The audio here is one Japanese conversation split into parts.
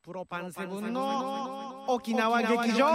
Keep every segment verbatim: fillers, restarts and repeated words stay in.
プロパンセブンの沖縄劇場。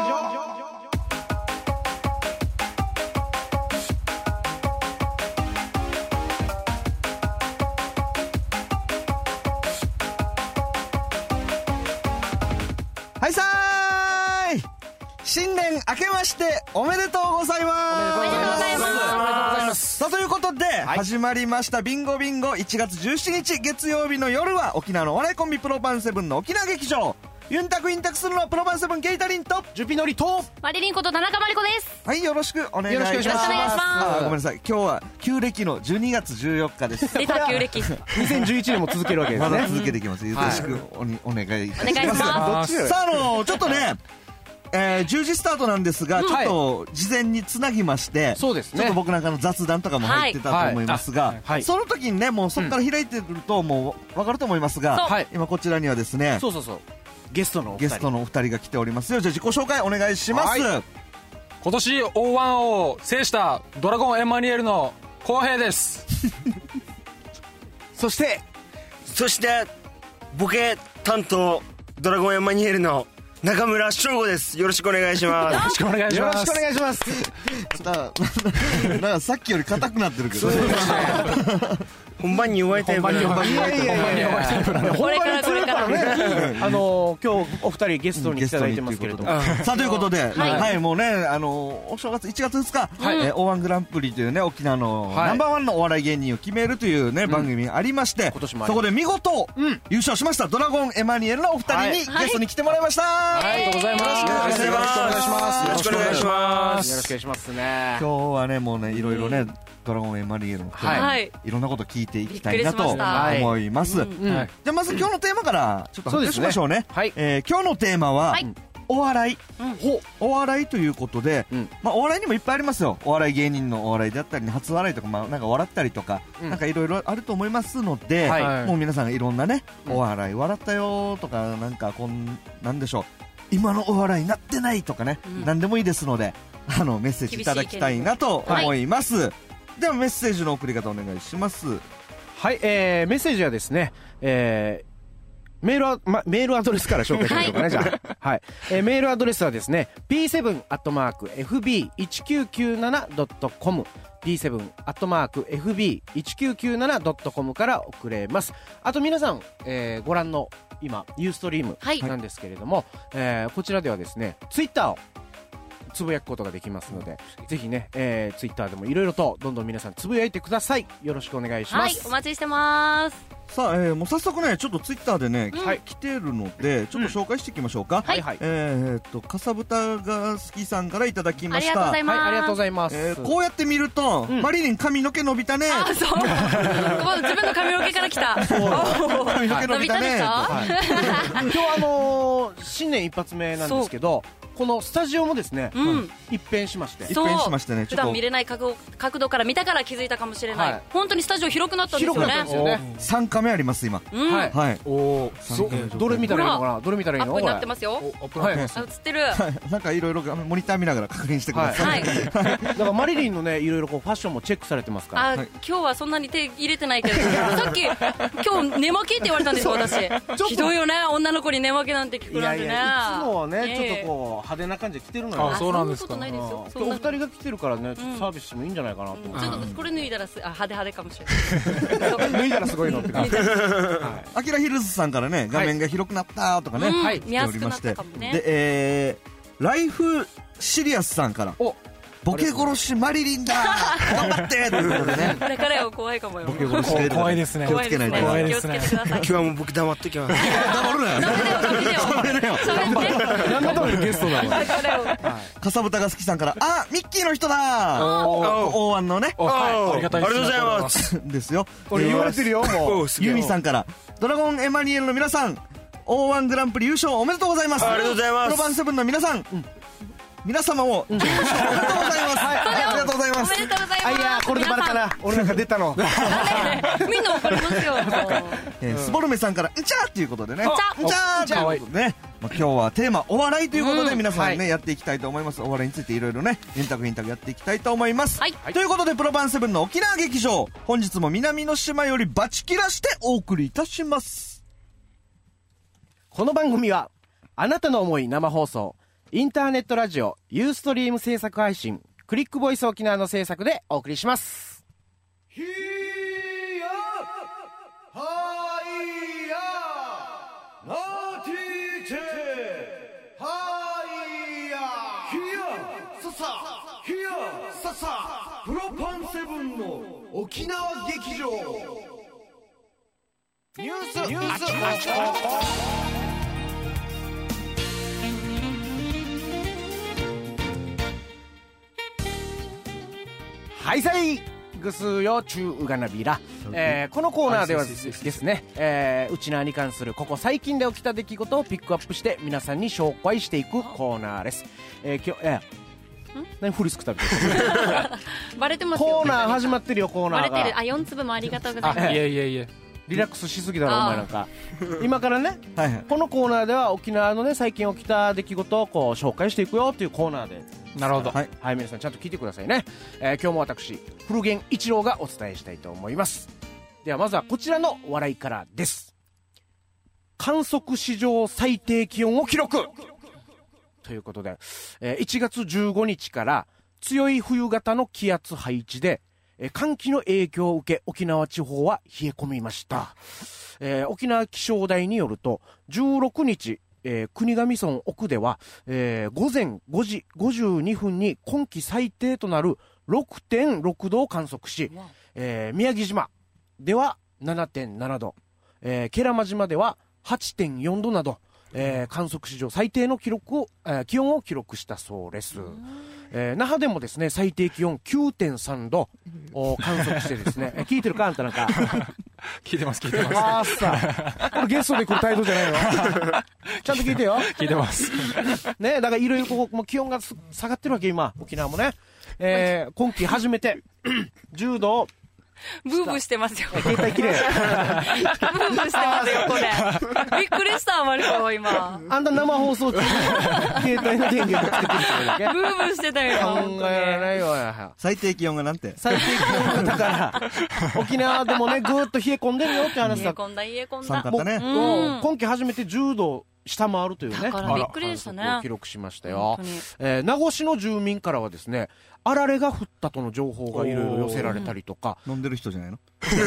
はいさーい、新年明けましておめでとうございます。 おめでとうございます。おめでとうございます。 さあということで、はい、始まりましたビンゴビンゴ。いちがつじゅうしちにち月曜日の夜は沖縄のお笑いコンビプロパンセブンの沖縄劇場。ユンタクインタクするのはプロパンセブンケイタリンとジュピノリとマリリンこと田中マリコです。 はい、よろしくお願いします。 よろしくお願いします。 あ、ごめんなさい、今日は旧暦のじゅうにがつじゅうよっかです。 出た旧暦。 にせんじゅういちねんも続けるわけですね。 まだ続けていきます。よろしくお,、はい、お願いいたします。 お願いします。 さあ、あのちょっとね、えー、じゅうじスタートなんですが、ちょっと事前につなぎまして、 そうですね、 ちょっと僕なんかの雑談とかも入ってたと思いますが、 はいはい、 その時にね、もうそこから開いてくるともう分かると思いますが、 うん、 今こちらにはですね、 そうそうそう、ゲストのお二人ゲストのお二人が来ておりますよ。じゃあ自己紹介お願いします。はい、 今年 オーワン を制したドラゴンエマニュエルの浩平です。 そしてそしてボケ担当ドラゴンエマニュエルの中村翔吾です。よろしくお願いします。 よろしくお願いします。 よろしくお願いします。 なんかさっきより硬くなってるけど、 本番に弱いタイプ。 本番に弱いタイプ。いやいやいやいや。 これからこれからね。あの今日お二人ゲストにいただいてますけれども。 さあということで、 はい、 はい、もうね、あのお正月いちがつふつか、はい、えー、オーワン グランプリというね、沖縄のナンバーワンのお笑い芸人を決めるというね、番組ありまして、 今年もそこで見事優勝しましたドラゴンエマニュエルのお二人にゲストに来てもらいました。 ありがとうございます。 よろしくお願いします。よろしくお願いします。 よろしくお願いしますね。 今日はね、もうね、いろいろね、ドラゴンエマニュエルの人に、 はい、 いろんなこと聞いていきたいなと思います。はい、うん、はい、じゃあまず今日のテーマからちょっと発表しましょうね。はい、えー、今日のテーマは、はい、お笑い、うん、お笑いということで、うん、まあ、お笑いにもいっぱいありますよ。お笑い芸人のお笑いであったり、初笑いとか、まあ、なんか笑ったりとか、うん、なんかいろいろあると思いますので、はい、もう皆さんがいろんなね、うん、お笑い笑ったよとか、なんかこんなんでしょう、今のお笑いになってないとかね、うん、何でもいいですので、あのメッセージいただきたいなと思います。はい、ではメッセージの送り方お願いします。 はい、えー、メッセージはですね、えーメールは、ま、メールアドレスから紹介しましょうかね、はい、じゃあ、はい、えー、メールアドレスはですね ピーセブン アットマーク エフビー いちきゅうきゅうなな ドットコム ピーセブン アットマーク エフビー いちきゅうきゅうなな ドットコム から送れます。あと皆さん、えー、ご覧の今ユーストリームなんですけれども、はい、えー、こちらではですねツイッターをつぶやくことができますので、ぜひね、えー、ツイッターでもいろいろとどんどん皆さんつぶやいてください。よろしくお願いします。 はい、お待ちしてます。 さあ、えー、もう早速ね、ちょっとツイッターでね、うん、来てるのでちょっと紹介していきましょうか。はい、えー、っとかさぶたが好きさんからいただきました。 ありがとうございます。 はい、ありがとうございます。 えー、こうやって見ると、うん、マリリン髪の毛伸びたね。 あ、そう。自分の髪の毛から来た。 髪の毛伸びたね。 はい、今日あのー、新年一発目なんですけど、このスタジオもですね、うん、一変しまして一変しましてね、 普段見れない角度から見たから気づいたかもしれない、はい、本当にスタジオ広くなったんですよね。 広くなったんですよね。 さんカメあります今、 うん、 はい、はい、おー、どれ見たらいいのかな、どれ見たらいいの。 アップになってますよ。 アップになってます。 映ってる、はい、 なんかいろいろモニター見ながら確認してください。 はいはい、だからマリリンのね、いろいろこうファッションもチェックされてますから。 あ、はい、今日はそんなに手入れてないけどさっき今日寝巻きって言われたんですよ私。ひどいよね、女の子に寝巻きなんて聞くなんてね。 いやいや、いつもはね、ちょっとこう派手な感じで着てるのよ。 あ、そうなんですか。 今日お二人が来てるからね、ちょっとサービスしてもいいんじゃないかなと思って、 ちょっとこれ脱いだらすあ派手派手かもしれない脱いだらすごいのって感じ。 アキラヒルズさんからね、画面が広くなったとかね、 はい、 見やすくなったかもね。で、えー、ライフシリアスさんからおボケ殺しマリリンだ頑張ってということでね。 だからよ、怖いかもよ。 ボケ殺し怖いですね。 気をつけないと。 怖いですね。 今日はもう僕黙ってきます。 黙るなよ。 喋れよ。 何のためのゲストだろう。 かさぶたが好きさんから、あ、ミッキーの人だ。オーワンのね。 ありがたいです。 ありがとうございますですよ。 これ言われてるよもう。 ユミさんから、ドラゴンエマニュエルの皆さん、オーワン グランプリ優勝おめでとうございます。 ありがとうございます。 プロバンセブンの皆さん、皆様もおめでとうございます。ありがとうございます。 おめでとうございます。 あ、いや、これでバレたな。俺なんか出たの。 みんなわかりますよ。 えー、スボルメさんからんちゃーっていうことでね、んちゃーっていうことでね、まあ、今日はテーマお笑いということで皆さんね、うん、はい、やっていきたいと思います。お笑いについていろいろね、インタビューインタビューやっていきたいと思います、はい、ということでプロバンセブンの沖縄劇場、本日も南の島よりバチキラしてお送りいたします。 この番組はあなたの思い生放送インターネットラジオユーストリーム制作配信クリックボイス沖縄の制作でお送りします。ひやはいやなててはいやひやささひやささプロパンセブンの沖縄劇場ニュースニュースはいさいぐすよちゅううがなびら、えー、このコーナーではですね、えー、うちなーに関するここ最近で起きた出来事をピックアップして皆さんに紹介していくコーナーです。えー、今日えー、何フリスク食べてるバレてますよ。 コーナー始まってるよ。コーナーがバレてる。あ、よん粒もありがとうございます。 いえいえいえ、 リラックスしすぎだろお前なんか今からね、はいはい、このコーナーでは沖縄のね最近起きた出来事をこう紹介していくよっていうコーナーで。 なるほど。 はい、はい、皆さんちゃんと聞いてくださいね。えー、今日も私古源一郎がお伝えしたいと思います。ではまずはこちらの笑いからです。観測史上最低気温を記録ということで、えー、いちがつじゅうごにちから強い冬型の気圧配置でえー、寒気の影響を受け沖縄地方は冷え込みました。えー、沖縄気象台によるとじゅうろくにち、えー、国頭村奥では、えー、ごぜんごじごじゅうにふんに今季最低となる ろくてんろくどを観測し、えー、宮城島では ななてんななど、えー、慶良間島では はちてんよんどなど、えー、観測史上最低の記録を、えー、気温を記録したそうです。えー、那覇でもですね最低気温 きゅうてんさんどを観測してですね聞いてるかあんたなんか聞いてます聞いてます。 あーさこれゲストで来る態度じゃないのちゃんと聞いてよ。 聞いてますね。だからいろいろここも気温が下がってるわけ今沖縄もね、えー、今季初めてじゅうどをブーブーしてますよ。 携帯きれいブーブーしてますよこれ。びっくりしたマリコ今。 あんた生放送中携帯の電源をつけてる人だけブーブーしてたよ。 考えられないよ。 最低気温がなんて最低気温だから沖縄でもねぐーっと冷え込んでるよって話だ。 冷え込んだ冷え込んだ。 寒かったね。 もう今季初めてじゅうど下回るというね。 だからびっくりでしたね。 記録しましたよ。えー、名護市の住民からはですねあられが降ったとの情報がいろいろ寄せられたりとか。 飲んでる人じゃないの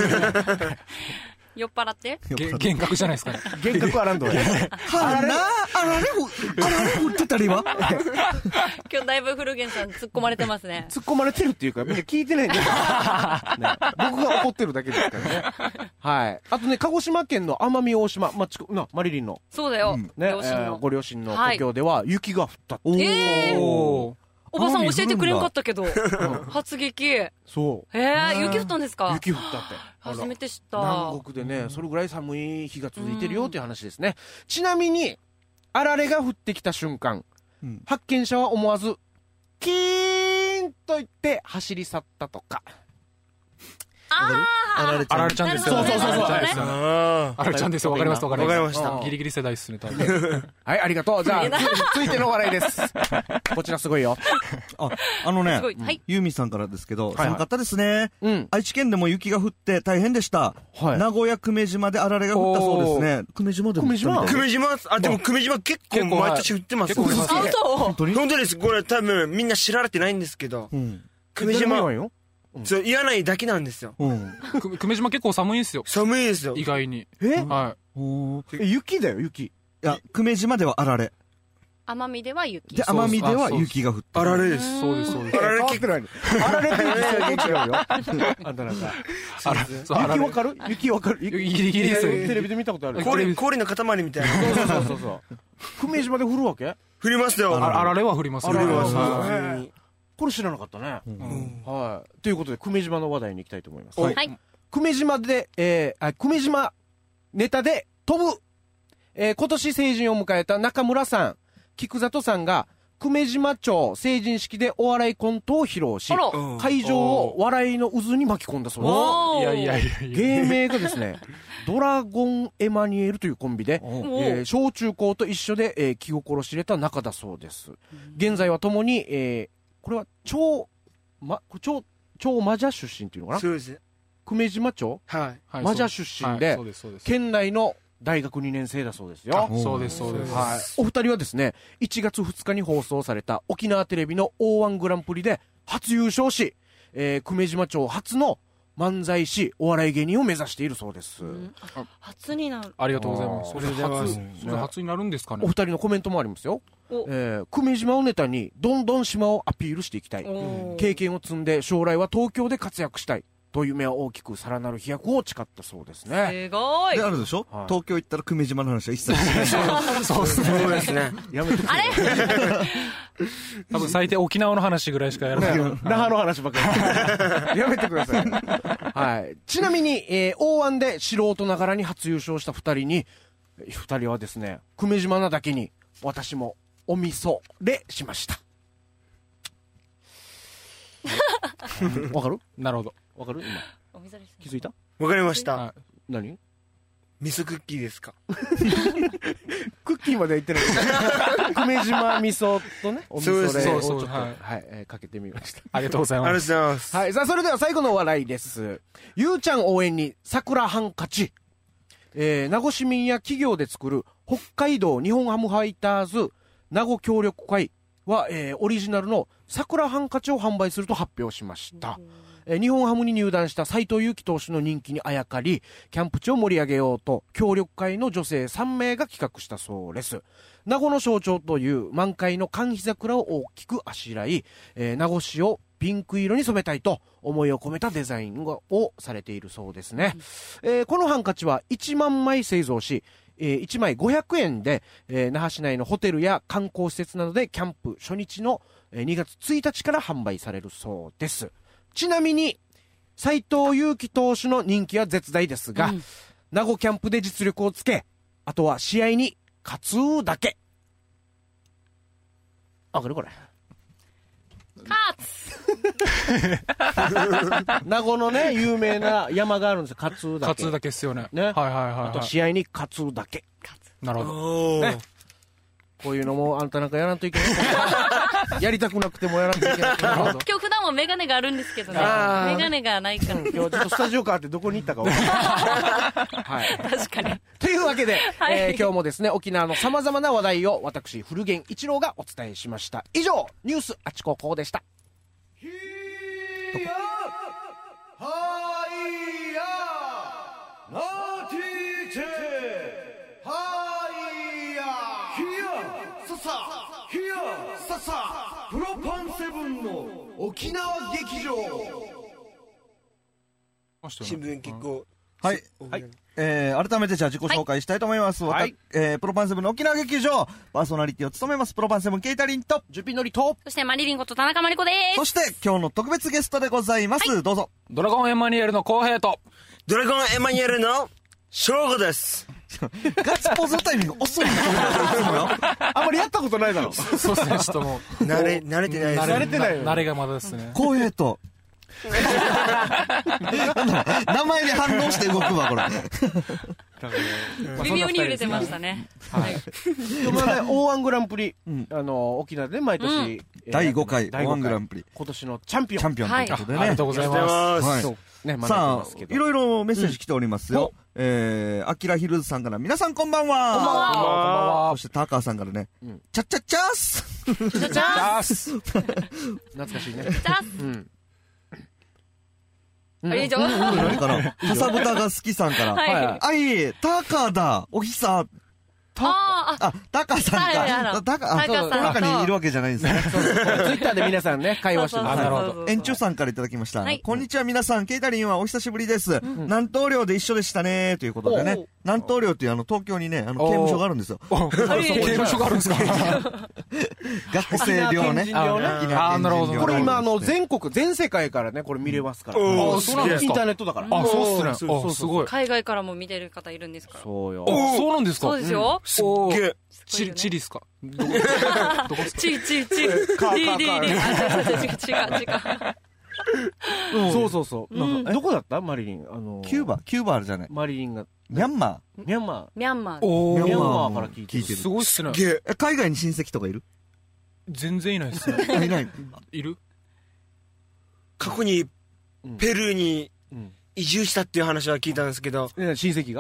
酔っ払って幻覚じゃないですかね。 幻覚あらんどね。 あられあられあられ降ってたりは今日だいぶ古源さん突っ込まれてますね。 突っ込まれてるっていうかみんな聞いてないんだよ、ね、僕が怒ってるだけですからね。はい。あとね鹿児島県の奄美大島、まあ、ちなマリリンのそうだよ、 ねえー、ご両親の故郷では雪が降ったって、 はい、えー、おばさん教えてくれんかったけど初撃。 そうえー、雪降ったんですか。 雪降ったって初めて知った。 南国でねそれぐらい寒い日が続いてるよっていう話ですね。ちなみにあられが降ってきた瞬間、うん、発見者は思わずキーンと言って走り去ったとか。 ああられちゃんですよ。 そうそうそうそう。 あられちゃんですよ。わかりますわかりました。 ギリギリ世代っすね多分。 はい、ありがとう。じゃあ続いての笑いです。こちらすごいよ。 あ、あのね、ユーミさんからですけど、寒かったですね。愛知県でも雪が降って大変でした。名古屋久米島であられが降ったそうですね。久米島でも。 久米島、あ、でも久米島結構毎年降ってます。 あ、そう。 本当に本当です。これ多分みんな知られてないんですけど、久米島そう、言わないだけなんですよ。 うん。久米島結構寒いんですよ。 寒いですよ。 意外に。 えはい。 え、雪だよ、雪。 いや、久米島ではあられ。 奄美では雪。 で、奄美では雪が降って。 あられです。 そうです、そうです。 あられ結構。 あられって雪違うよ。あんたなんか。雪わかる雪わかるギリギリですよ。 テレビで見たことある。 氷、氷の塊みたいな。 そうそうそうそう。久米島で降るわけ？ 降りますよ。 あられは降りますよ。 降ります。 これ知らなかったね。うん、はい。ということで、久米島の話題に行きたいと思います。 はい。 久米島で、えー、あ、久米島ネタで飛ぶ、えー、今年成人を迎えた中村さん、菊里さんが、久米島町成人式でお笑いコントを披露し、会場を笑いの渦に巻き込んだそうです。いやいやいやいや。 芸名がですね、ドラゴンエマニュエルというコンビで、えー、小中高と一緒で、えー、気心知れた仲だそうです。現在はともに、えー、これは超、ま、超、超マジャ出身っていうのかな。 そうです。 久米島町、 はい。 マジャ出身で、県内の大学にねん生だそうですよ。 そうですそうです、 はい、お二人はですねいちがつふつかに放送された沖縄テレビの オーワン グランプリで初優勝し、えー、久米島町初の漫才師お笑い芸人を目指しているそうです、うん、 初になる。 ありがとうございます。それ初、それ初になるんですかね。 お二人のコメントもありますよ。えー、久米島をネタにどんどん島をアピールしていきたい、経験を積んで将来は東京で活躍したいという夢は大きくさらなる飛躍を誓ったそうですね。 すごい。 であるでしょ、はい、東京行ったら久米島の話は一切しないそうですね。 やめてくれ。 あれ多分最低沖縄の話ぐらいしかやらない、ね、 那覇の話ばっかりやめてください、はい、ちなみに、えー、オーワン で素人ながらに初優勝したふたりにふたりはですね久米島なだけに私もお味噌れしましたわかる？ なるほど。 わかる？今気づいた？ わかりました、はい、 何？ 味噌クッキーですか？ クッキーまでは言ってない久米島味噌とねお味噌れをちょっと、はいはいえー、かけてみました。 ありがとうございます。 ありがとうございます、 はい、さあそれでは最後のお笑いです。ゆうちゃん応援に桜ハンカチ、えー、名護市民や企業で作る北海道日本ハムファイターズ名護協力会は、えー、オリジナルの桜ハンカチを販売すると発表しました、えー、日本ハムに入団した斉藤佑樹投手の人気にあやかりキャンプ地を盛り上げようと協力会の女性さんめいが企画したそうです。名護の象徴という満開の寒緋桜を大きくあしらい、えー、名護市をピンク色に染めたいと思いを込めたデザインをされているそうですね、うんえー、このハンカチはいちまんまい製造し、えー、いちまいごひゃくえんで、えー、那覇市内のホテルや観光施設などでキャンプ初日のにがつついたちから販売されるそうです。ちなみに斉藤佑樹投手の人気は絶大ですが、うん、名護キャンプで実力をつけあとは試合に勝つだけ。わかるこれ勝つ名護のね有名な山があるんですよ。勝つだけ。 勝つだけっすよね。 ね。 はいはいはい、はい。 あと試合に勝つだけ。 なるほど。ね。 こういうのもあんたなんかやらんといけない。やりたくなくてもやらんといけない。 今日普段もメガネがあるんですけどね。メガネがないから。 今日ちょっとスタジオ変わってどこに行ったか分からない。はい。 確かに。 というわけで、はいえー、今日もですね沖縄のさまざまな話題を私古源一郎がお伝えしました。以上ニュースあちここでした。ひやはいやなてぃてはいやひやささひやささプロパンセブンの沖縄劇場。 新聞結構はい、はい、えー、改めてじゃあ自己紹介したいと思います、はいえー、プロパンセブンの沖縄劇場パーソナリティを務めますプロパンセブンケイタリンとジュピノリとそしてマリリンこと田中マリコです。 そして今日の特別ゲストでございます、はい、どうぞ。 ドラゴンエマニュエルの浩平とドラゴンエマニュエルの翔吾です。 ガッツポーズのタイミング遅いんあんまりやったことないだろ。 そうですねちょっともう慣れ慣れてないです。 慣れてないよ。 慣れがまだですね。 浩平と名前に反応して動くわこれ。 微妙に揺れてましたね。はい。 オーワン グランプリ、うん、あの沖縄で毎年、うんえー、だいごかいオーワングランプリ今年のチャンピオンチャンピオンということでね、はい、 ありがとうございます。 はいね、さあいろいろメッセージ来ておりますよ。うん、えー、アキラヒルズさんから皆さんこんばんは。 こんばんは。こんばんは。そしてタカーさんからね、うん、チャッチャッチャースチャッチャース懐かしいね。 チャッス、うんあれ以上何かなかさぶたが好きさんから。はい。あい、タカだ、おひさ。ああ、タカさんか。タカ、あ、そう、中にいるわけじゃないんですね。 ツイッターで皆さんね、会話してます。 なるほど。園長さんからいただきました。こんにちは皆さん、ケイタリンはお久しぶりです。南東寮で一緒でしたね、ということでね。南東寮っていうあの、東京にね、あの、刑務所があるんですよ。 刑務所があるんですか。 学生寮ね。 ああ、なるほど。これ今、あの、全国、全世界からね、これ見れますから。 あ、そうなんですか。 インターネットだから。 あ、そうっすね。あ、すごい。 海外からも見てる方いるんですから。 そうよ。 そうなんですか。 そうですよ。 すっげえ。 チリ、チリっすか。どこチリ、チリ、チリ。リー、リー、リー。違う、違う、違う。そうそうそう。どこだったマリリン。あの、 キューバ、キューバあるじゃない。 マリリンが。 ミャンマー。ミャンマー。 ミャンマー。 おー。ミャンマーから聞いてる。 すごいっすね。 海外に親戚とかいる？ 全然いないっすね。 いない。 いる？ 過去に、ペルーに移住したっていう話は聞いたんですけど。 親戚が？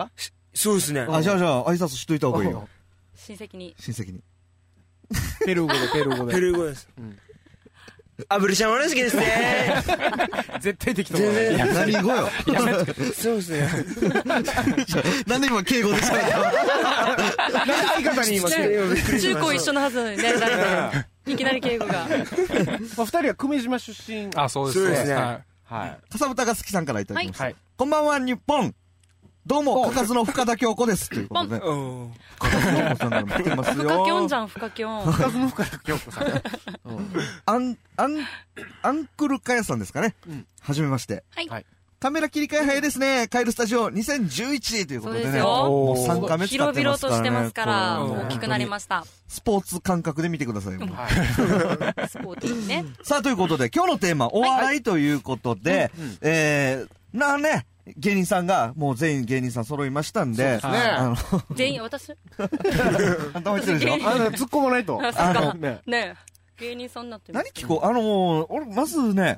そうですね。 あ、じゃあじゃあ挨拶しといた方がいいよ。 親戚に。 親戚に。 ペルー語で、ペルー語で。 ペルー語です。あぶりちゃん悪好きですね。 絶対適当だね。 何語よ。 そうですね。 なんで今敬語でした相方に今中高一緒のはずなのにね、いきなり敬語が。 二人は久米島出身。 あ、そうです。そうですね。 はい。 かさぶたが好きさんからいただきました。こんばんは、日本。どうも、かかずの深田恭子です。ということで。深田恭子さんから来てますよ。 深きょんじゃん、深きょん。 深津の深田恭子さん。 アン、アン、アンクルカヤさんですかね。はじめまして。 はい。 カメラ切り替え早いですね。カエルスタジオにせんじゅういちということでね。 そうですよ。 もうさんかめ使ってますからね。 広々としてますから、大きくなりました。 スポーツ感覚で見てくださいよ。 スポーティーね。 さあ、ということで、今日のテーマ、お笑いということで、えー、なあね、芸人さんが、もう全員芸人さん揃いましたんで。 そうですね。あの全員、私あんたも言ってるでしょあの、突っ込まないと。 あの、ねえ。芸人さんになって何聞こうあのー、俺、まずね、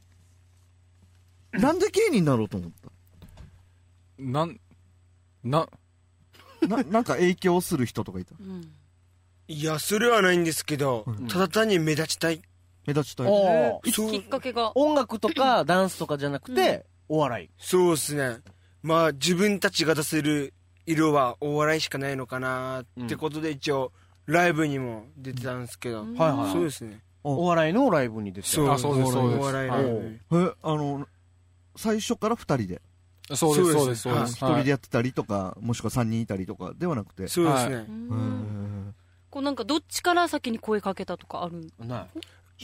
なんで芸人になろうと思ったなん、な、 な、なんか影響する人とかいた、うん、 いや、それはないんですけど、うん、ただ単に目立ちたい。 目立ちたい。 きっかけが。 音楽とかダンスとかじゃなくて、うん、お笑い。 そうですね。まあ、自分たちが出せる色はお笑いしかないのかなってことで、一応、ライブにも出てたんですけど。はいはい。そうですね。 お笑いのライブに出てた。 そうそうです、そうです。お笑いライブ。 え、あの、最初から二人で。 そうです、そうです、そうです。 一人でやってたりとか、もしくは三人いたりとかではなくて。 そうですね。 こうなんかどっちから先に声かけたとかあるない。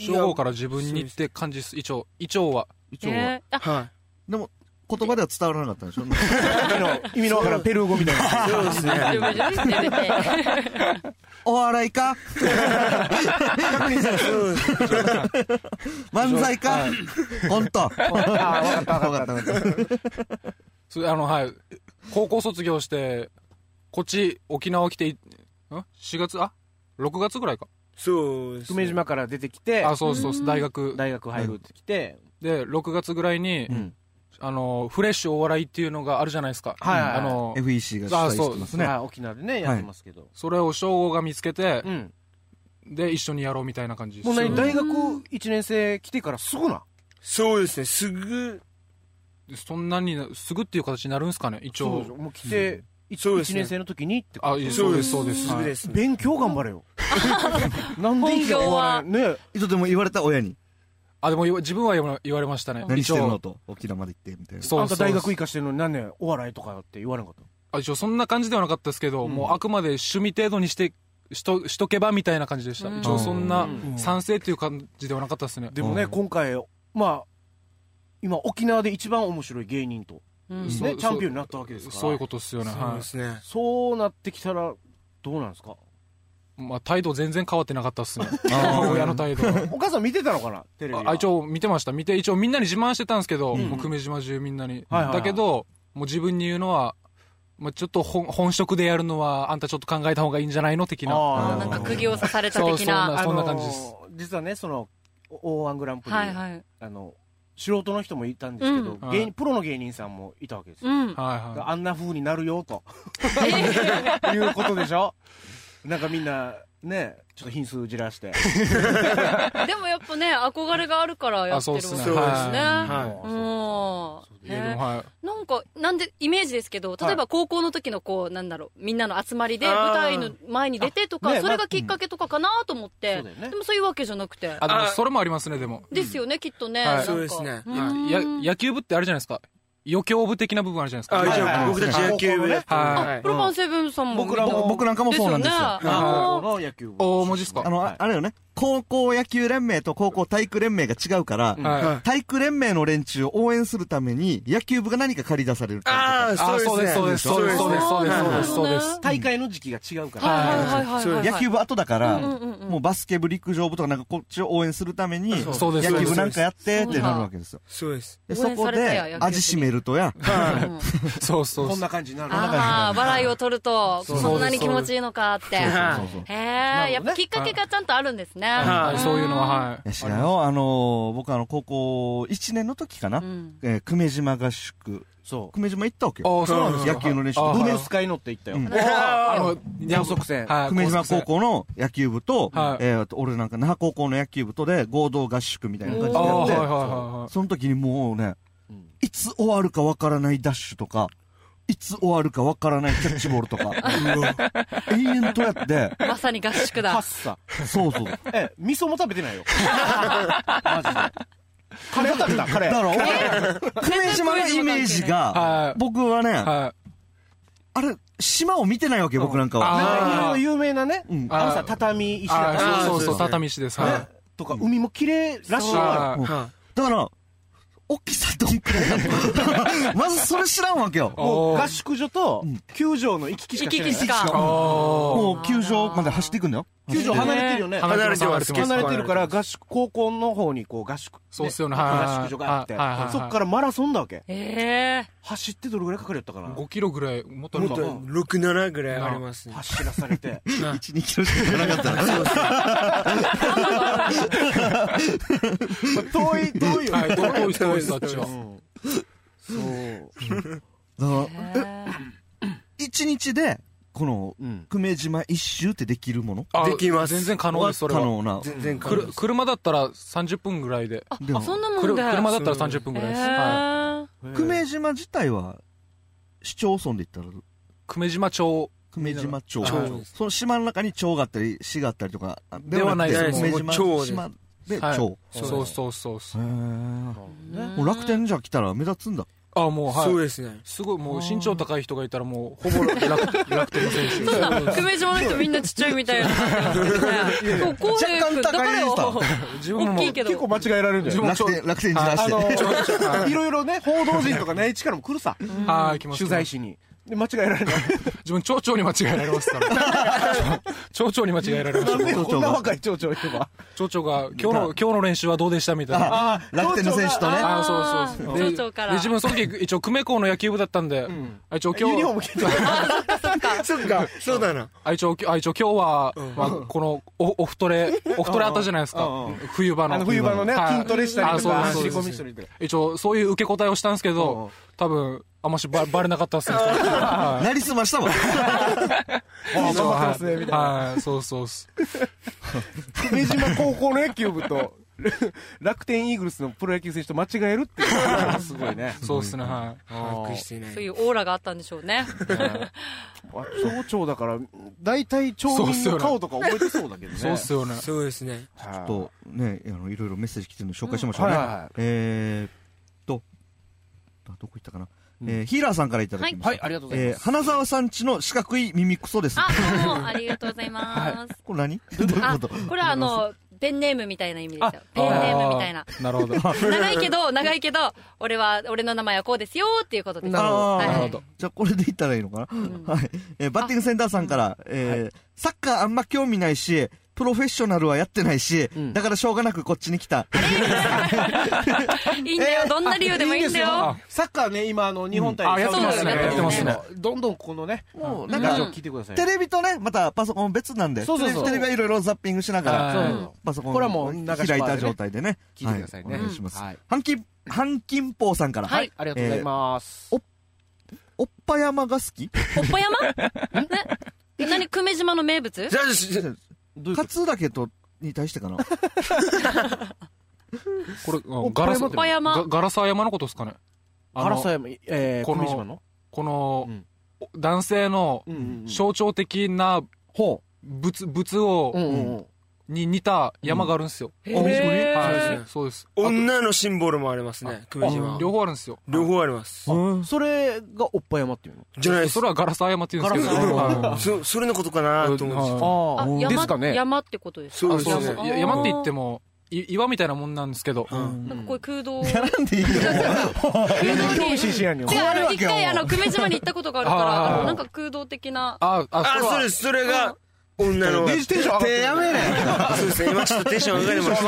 正午から自分にって感じです。一応、一応は。 一応は。はい。でも、言葉では伝わらなかったでしょ意味のわからんペルー語みたいな。 そうですね。 お笑いか漫才かコント。ああ、わかったわかった。 あの、はい。高校卒業して、こっち、沖縄来て、ん ?し 月あ ?ろく 月ぐらいか。 そうです。 久米島から出てきて。 あ、そうそう、大学。 大学入るってきて。 で、ろくがつぐらいに、あの、フレッシュお笑いっていうのがあるじゃないですか。 はい。 あの、エフイーシー が主催してますね。 沖縄でね、やってますけど。 それを正吾が見つけて、で、一緒にやろうみたいな感じです。 もう何、大学いちねん生来てからすぐな。 そうですね、すぐ。 そんなに、すぐっていう形になるんですかね、一応。 もう来て、いちねん生の時にってあ、そうです、そうです。 すぐです。 勉強頑張れよ。なんでいいかはね。 いつでも言われた親に。 あ、でも自分は言われましたね。 何してるのと、沖縄まで行って、みたいな。 そう。あんた大学行かしてるのに何年お笑いとかって言われなかったあ、一応そんな感じではなかったですけど、もうあくまで趣味程度にして、しと、しとけばみたいな感じでした。一応そんな賛成っていう感じではなかったですね。 でもね、今回、まあ、今沖縄で一番面白い芸人と、ね、チャンピオンになったわけですから。 そういうことですよね。 そうですね。 そうなってきたら、どうなんですかまあ、態度全然変わってなかったっすね。親の態度。 お母さん見てたのかなテレビ。 あ、一応見てました。見て、一応みんなに自慢してたんですけど、もう久米島中みんなに。だけど、もう自分に言うのは、まあ、ちょっと本本職でやるのは、あんたちょっと考えた方がいいんじゃないの的な。 ああ、なんか釘を刺された的な。 そんな感じです。 実はね、その、オーワングランプリ、はいはい、あの、素人の人もいたんですけど、うん、芸人プロの芸人さんもいたわけですよ。うん、あんな風になるよということでしょ。なんかみんなねちょっと品数じらしてでもやっぱね憧れがあるからやってるわけですね。そうですね。はい。なんかなんでイメージですけど、例えば高校の時のこうなんだろうみんなの集まりで舞台の前に出てとか、それがきっかけとかかなと思って、でもそういうわけじゃなくて。 あ、でもそれもありますね。でもですよね、きっとね。 そうですね。 や野球部ってあるじゃないですか。余興部的な部分あるじゃないですか。 あ、一応僕たち野球部で。 あ、プロマンセブンさんも。 僕らも、僕なんかもそうなんですよ。 野球部。 大文字ですか。 あの、あれよね。高校野球連盟と高校体育連盟が違うから、体育連盟の連中を応援するために、野球部が何か借り出される。 ああ、そうです、そうです、そうです、そうです、そうです、 そうです。大会の時期が違うから。 野球部後だから、もうバスケ部、陸上部とかなんかこっちを応援するために、野球部なんかやってってなるわけですよ。 そうです。 そこで、味しめるとや、 そうそう。 こんな感じになる。 ああ、笑いを取ると、そんなに気持ちいいのかって。へえ、やっぱきっかけがちゃんとあるんですね。 はい、そういうのは、はい。 いや、違うよ。あの、僕あの、高校いちねんの時かな。え、久米島合宿久米島行ったわけよ。 ああ、そうなんですか。 野球の練習とブルースカイ乗って行ったよ。あの、高速船。 久米島高校の野球部と、えー、俺なんか那覇高校の野球部とで合同合宿みたいな感じでやって、その時にもうね、いつ終わるかわからないダッシュとか、いつ終わるかわからないキャッチボールとか、永遠とやって。 まさに合宿だ。 パッサ。 そうそう。 え、味噌も食べてないよ。マジで。カレー食べた、カレー。 だから、久米島のイメージが、僕はね、あれ、島を見てないわけ、僕なんかは。 有名なね、あのさ、畳石だった。 そうそう、畳石です。 とか、海も綺麗らしいわ。 だから、大きさどんくらいなのまずそれ知らんわけよ。 もう合宿所と球場の行き来しかしてない。 行き来しか。 もう球場まで走っていくんだよ。 球場離れてるよね。 離れてる。 離れてるから合宿、高校の方にこう合宿。 そうっすよね。 合宿所があって。そっからマラソンだわけ。 ええ。 走ってどれぐらいかかるやったかな ? ごキロぐらい、もっともっとろく、ななぐらいありますね。 走らされて。 いち、にキロしかなかったら。 遠い、遠いよ。 遠い、遠い、そっちは。 そう。 だから、一日で、この、久米島一周ってできるものできます。 全然可能です、それは。 可能な。 全然可能です。 車だったらさんじゅっぷんぐらいで。 あ、そんなもんで。 車だったらさんじゅっぷんぐらいです。 久米島自体は、市町村で言ったら、 久米島町。 久米島町。その島の中に町があったり、市があったりとか。 ではないです。 久米島島で町。 そうそうそうそう。 もう楽天じゃ来たら目立つんだ。 あ、もう、はい。 そうですね。 すごい、もう身長高い人がいたらもう、ほぼ楽天の選手。 そうだ、久米島の人みんなちっちゃいみたいな。 若干高い人。 自分も結構間違えられるんじゃない楽天、楽天に出して。いろいろね、報道陣とか内地からも来るさ。 はい、来ます。 取材しに。で、間違えられない。 自分、町長に間違えられますから。町長に間違えられました。 なんでこんな若い町長いれば。 町長が、今日の、今日の練習はどうでしたみたいな。 あ、楽天の選手とね。 あ、そうそうそう。 町長から。 で、自分その時、一応、久米校の野球部だったんで、一応今日。 ユニフォーム着てた。 そっか。 そっか。そうだな。 一応、一応今日は、まあ、この、オフトレ、オフトレあったじゃないですか。冬場の。 冬場のね、筋トレしたりとか、走り込みしたりとか。 一応、そういう受け答えをしたんですけど、多分、あんましバレなかったっすね。 なりすましたもん。 頑張ってますね、みたいな。 はい、そうそうっす。 久米島高校の野球部と、楽天イーグルスのプロ野球選手と間違えるっていうのがすごいね。 そうっすね、はい。 把握してない。 そういうオーラがあったんでしょうね。 町長だから、大体町民の顔とか覚えてそうだけどね。 そうっすよね。 そうですね。 ちょっとね、あの、いろいろメッセージ来てるので紹介しましょうね。えーっと、どこ行ったかな。えー、ヒーラーさんからいただきました。 はい、ありがとうございます。 えー、花沢さんちの四角い耳クソです。 あ、どうも、ありがとうございます。 これ何どういうこと？ これはあの、ペンネームみたいな意味ですよ。ペンネームみたいな。 なるほど。 長いけど、長いけど、俺は、俺の名前はこうですよっていうことです。 なるほど。じゃあこれで言ったらいいのかな？はい。えー、バッティングセンターさんから、えー、サッカーあんま興味ないし、プロフェッショナルはやってないし、うん、だからしょうがなくこっちに来た。 いいんだよ、どんな理由でもいいんだよ。 サッカーね、今、あの、日本対やってますね。やってますね。 どんどんこのね、 もう、なんか、 聞いてください。 テレビとね、またパソコン別なんで、 そうそうそう。 テレビはいろいろザッピングしながら、パソコンこれはもう開いた状態でね、 聞いてくださいね。 お願いします。半金、半金坊さんから。 はい、ありがとうございます。 お、おっぱ山が好き？ おっぱ山？え、何、久米島の名物？ じゃあ、 勝岳と、に対してかな。 これ、ガラサ山。ガラサ山のことですかね。 ガラサ山、えー、久米島のこの、男性の象徴的な仏、仏を、に似た山があるんですよ。 へー。 はい、そうです。 女のシンボルもありますね、久米島。 両方あるんですよ。 両方あります。 それがおっぱ山っていうの？ じゃないです。 それはガラサ山っていうんですけど。 そ、それのことかなと思うんです。あ、ですかね。山ってことですか？そうですね。山って言っても、岩みたいなもんなんですけど。 なんかこういう空洞。 やらんでいいよ。 興味津々やんよ。 違う、あの、一回、あの、久米島に行ったことがあるから、あの、なんか空洞的な。 あ、 あ、そうです。それが、女の。 テンション上がってる。 やめねそうですね。今ちょっとテンション上がりました。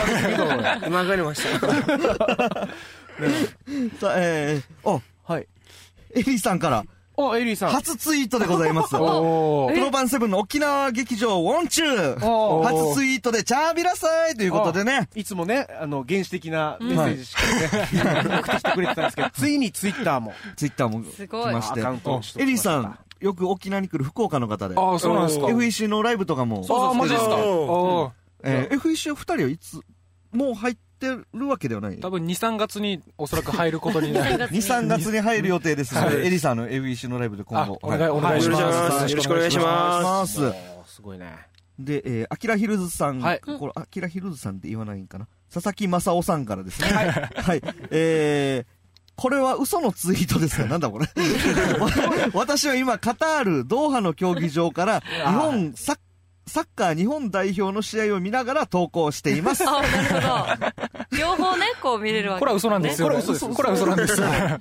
今上がりました。 さあ、えー、あ、はい。エリーさんから、 お、エリーさん。 初ツイートでございます。プロパンセブンの沖縄劇場ウォンチュー。初ツイートでチャービラサイということでね。 いつもね、あの、原始的なメッセージしかね、送ってきてくれてたんですけど、ついにツイッターも。 ツイッターも来まして。エリーさん、よく沖縄に来る福岡の方で。 ああ、そうなんですか。 エフイーシー のライブとかも。 そうそう、マジですか。 えー、エフイーシー はふたりはいつ、もう入ってるわけではない？ 多分に、さんがつにおそらく入ることになる。 に、さんがつに入る予定ですので、エリさんの エフイーシー のライブで今後。 お願い、お願いします。 よろしくお願いします。 すごいね。 で、えー、アキラヒルズさん。はい。これ、アキラヒルズさんって言わないんかな。佐々木正夫さんからですね。はい。はい。えー、これは嘘のツイートですか？なんだこれ。私は今、カタール、ドーハの競技場から、日本サッサッカー日本代表の試合を見ながら投稿しています。 あ、なるほど。両方ね、こう見れるわけ、ね。 これは嘘なんですよ。これは嘘です。これは嘘なんですよ。はい。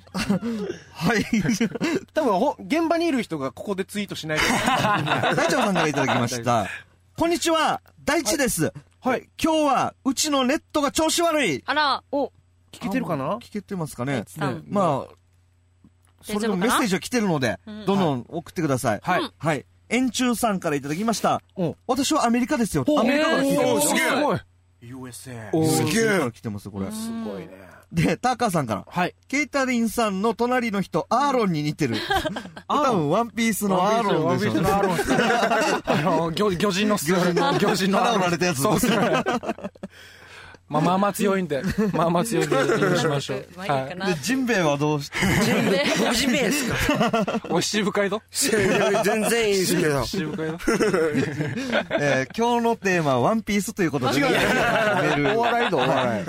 多分、現場にいる人がここでツイートしないと。 大長さんからいただきました。こんにちは、大地です。はい。今日は、うちのネットが調子悪い。 あら。 お、聞けてるかな？ 聞けてますかね。まあ、それでもメッセージが来てるので、どんどん送ってください。はい。はい。円柱さんからいただきました。私はアメリカですよ。アメリカから来てます。 すげえ。 ユーエスエー。 すげえ。来てます、これ。 すごいね。 で、ターカーさんから。はい。ケイタリンさんの隣の人、アーロンに似てる。多分、ワンピースのアーロンでしょ。ワンピースのアーロン。 あの、魚人の、魚人の。 腹折られたやつ。 そうですね。まあまあまあ強いんで、まあまあ強いんで、にしましょう。 はい。で、ジンベエはどうして？ ジンベエ僕ジンベエですか？ おい、七深いと？ 全然いいですけど。 七深いと？ えー、今日のテーマはワンピースということで。違う。お笑いのお笑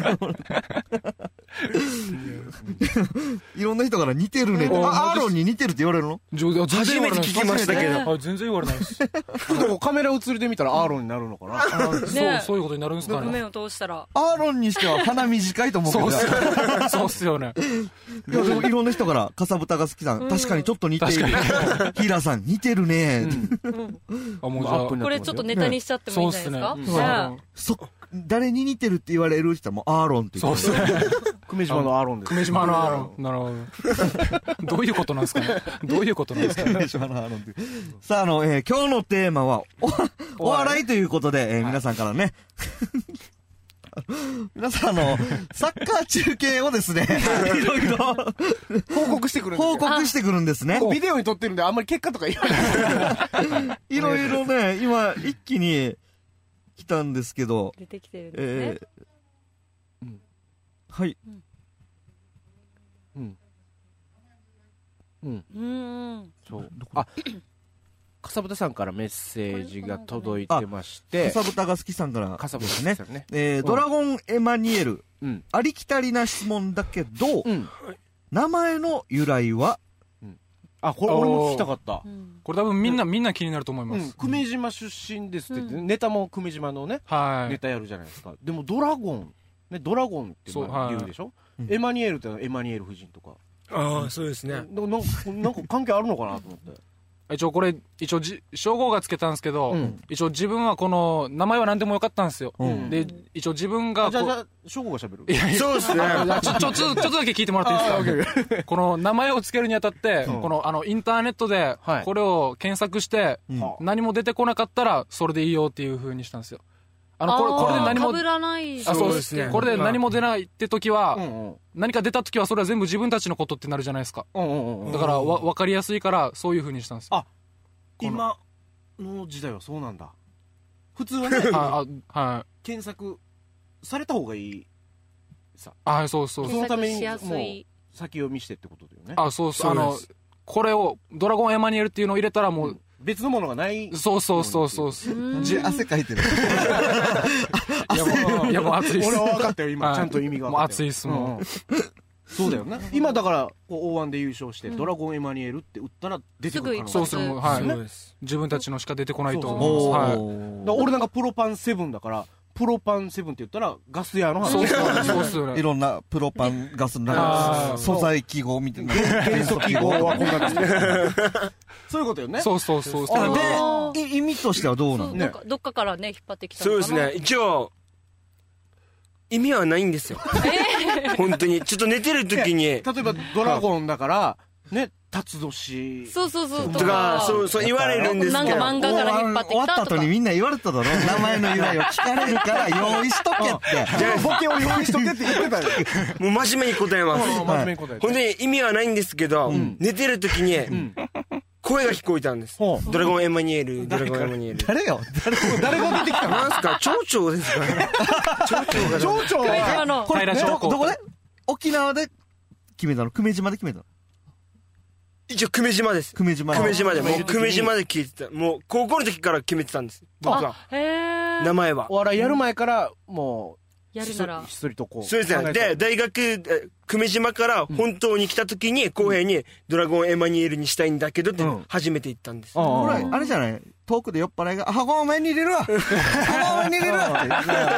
い。いろんな人から似てるね。あ、アーロンに似てるって言われるの？ 初めて聞きましたけど。 全然言われないです。 カメラ映りで見たらアーロンになるのかな？ そう、そういうことになるんですかね。 目を通したら。 アーロンにしては鼻短いと思うけど。 そうっすよね。 いや、でもいろんな人から、かさぶたが好きさん、確かにちょっと似ている。ヒーラーさん、似てるね。 あ、もうじゃあ。 これちょっとネタにしちゃってもいいんじゃないですか？ そ、誰に似てるって言われるって言ったらもうアーロンって言って。 そうっすね。 久米島のアーロンです。 久米島のアーロン。なるほど。どういうことなんですかね。どういうことなんですかね。 久米島のアーロンって。さあ、あの、えー、今日のテーマは、お、お笑いということで、えー、皆さんからね、皆さん、あの、サッカー中継をですね、いろいろ報告してくるんです報告してくるんですね。 ビデオに撮ってるんで、あんまり結果とか言わない。 いろいろね、今、一気に来たんですけど。 出てきてるんですね。えーうん、はい。 うん。うん。 うん。 そう。あ、かさぶたさんからメッセージが届いてまして、 かさぶたが好きさんからかさぶたですね。 えー、ドラゴンエマニエル、うん、ありきたりな質問だけど、うん、名前の由来は、 うん、あ、これ俺も聞きたかった。 これ多分みんな、みんな気になると思います。うん、 久米島出身ですって言って、うん、ネタも久米島のね、はい、ネタやるじゃないですか。でもドラゴン、ね、ドラゴンって言うでしょ、はい、エマニエルってエマニエル夫人とか。 ああ、そうですね。 な、なんか関係あるのかなと思って。 一応これ、一応じ、称号がつけたんですけど、うん、一応自分はこの、名前は何でもよかったんですよ。うん、で、一応自分が。 じゃあ、じゃあ、称号が喋る。 いやいやそうですね。 ちょ、ちょ、ちょ、ちょっとだけ聞いてもらっていいですか？この名前をつけるにあたって、うん、この、あの、インターネットで、これを検索して、はい、何も出てこなかったら、それでいいよっていう風にしたんですよ。あの、これ、これで何も。 被らない。 あ、そうですね。これで何も出ないって時は、うんうん、何か出た時はそれは全部自分たちのことってなるじゃないですか。うんうんうん、だから、わ、わかりやすいから、そういう風にしたんですよ。 あ、今の時代はそうなんだ。普通はね、 ああ、はい、 検索された方がいいさ。 あ、そうそう。 そのためにもう先読みしてってことだよね。 あ、そうそう。あの、これをドラゴンエマニエルっていうのを入れたらもう、うん、 別のものがない。 そうそうそうそう。 じ汗かいてる。 いやもう、いやもう熱いっす。 俺は分かったよ今、はい、ちゃんと意味が。 もう熱いっすもん。 そうだよね。今だからオーワンで優勝して、うん、ドラゴンエマニエルって打ったら出てくる可能性。 そうする、はい、そうです。自分たちのしか出てこないと思う。はい。 俺なんかプロパンセブンだから、プロパンセブンって言ったらガス屋の話。 そうそうそう。 いろんなプロパンガスの中素材記号みたいな。 元素記号はこんなですね。そういうことよね。 そうそうそう。 で、意味としてはどうなの？ どっかからね引っ張ってきたのかな。 そうですね。一応意味はないんですよ。本当にちょっと寝てる時に、例えばドラゴンだからね、 辰年。 そうそうそう。 とか、そう、そう言われるんですけど。 なんか漫画から引っ張ってきたとか。 終わった後にみんな言われただろ。名前の由来を聞かれるから用意しとけって。 じゃあ、ボケを用意しとけって言ってたよ。 もう真面目に答えます。 真面目に答えて。 ほんで、意味はないんですけど、寝てる時に、声が聞こえたんです。ドラゴンエマニュエル、ドラゴンエマニュエル。 誰よ誰が出てきたの？ なんすか町長ですかね。町長が。 町長は、 これ、どこで沖縄で決めたの？久米島で決めたの？ 一応久米島です。 久米島。 久米島で、もう久米島で聞いてた。もう高校の時から決めてたんです。僕は。 へー。 名前は。 お笑いやる前から、もう、 やるなら。 ひっそりとこう。 そうですね。で、大学、久米島から本当に来た時に、公平にドラゴンエマニュエルにしたいんだけどって初めて言ったんです。 これ、あれじゃない遠くで酔っ払いが、あ、ごめんに入れるわあ、ごめんに入れるわって。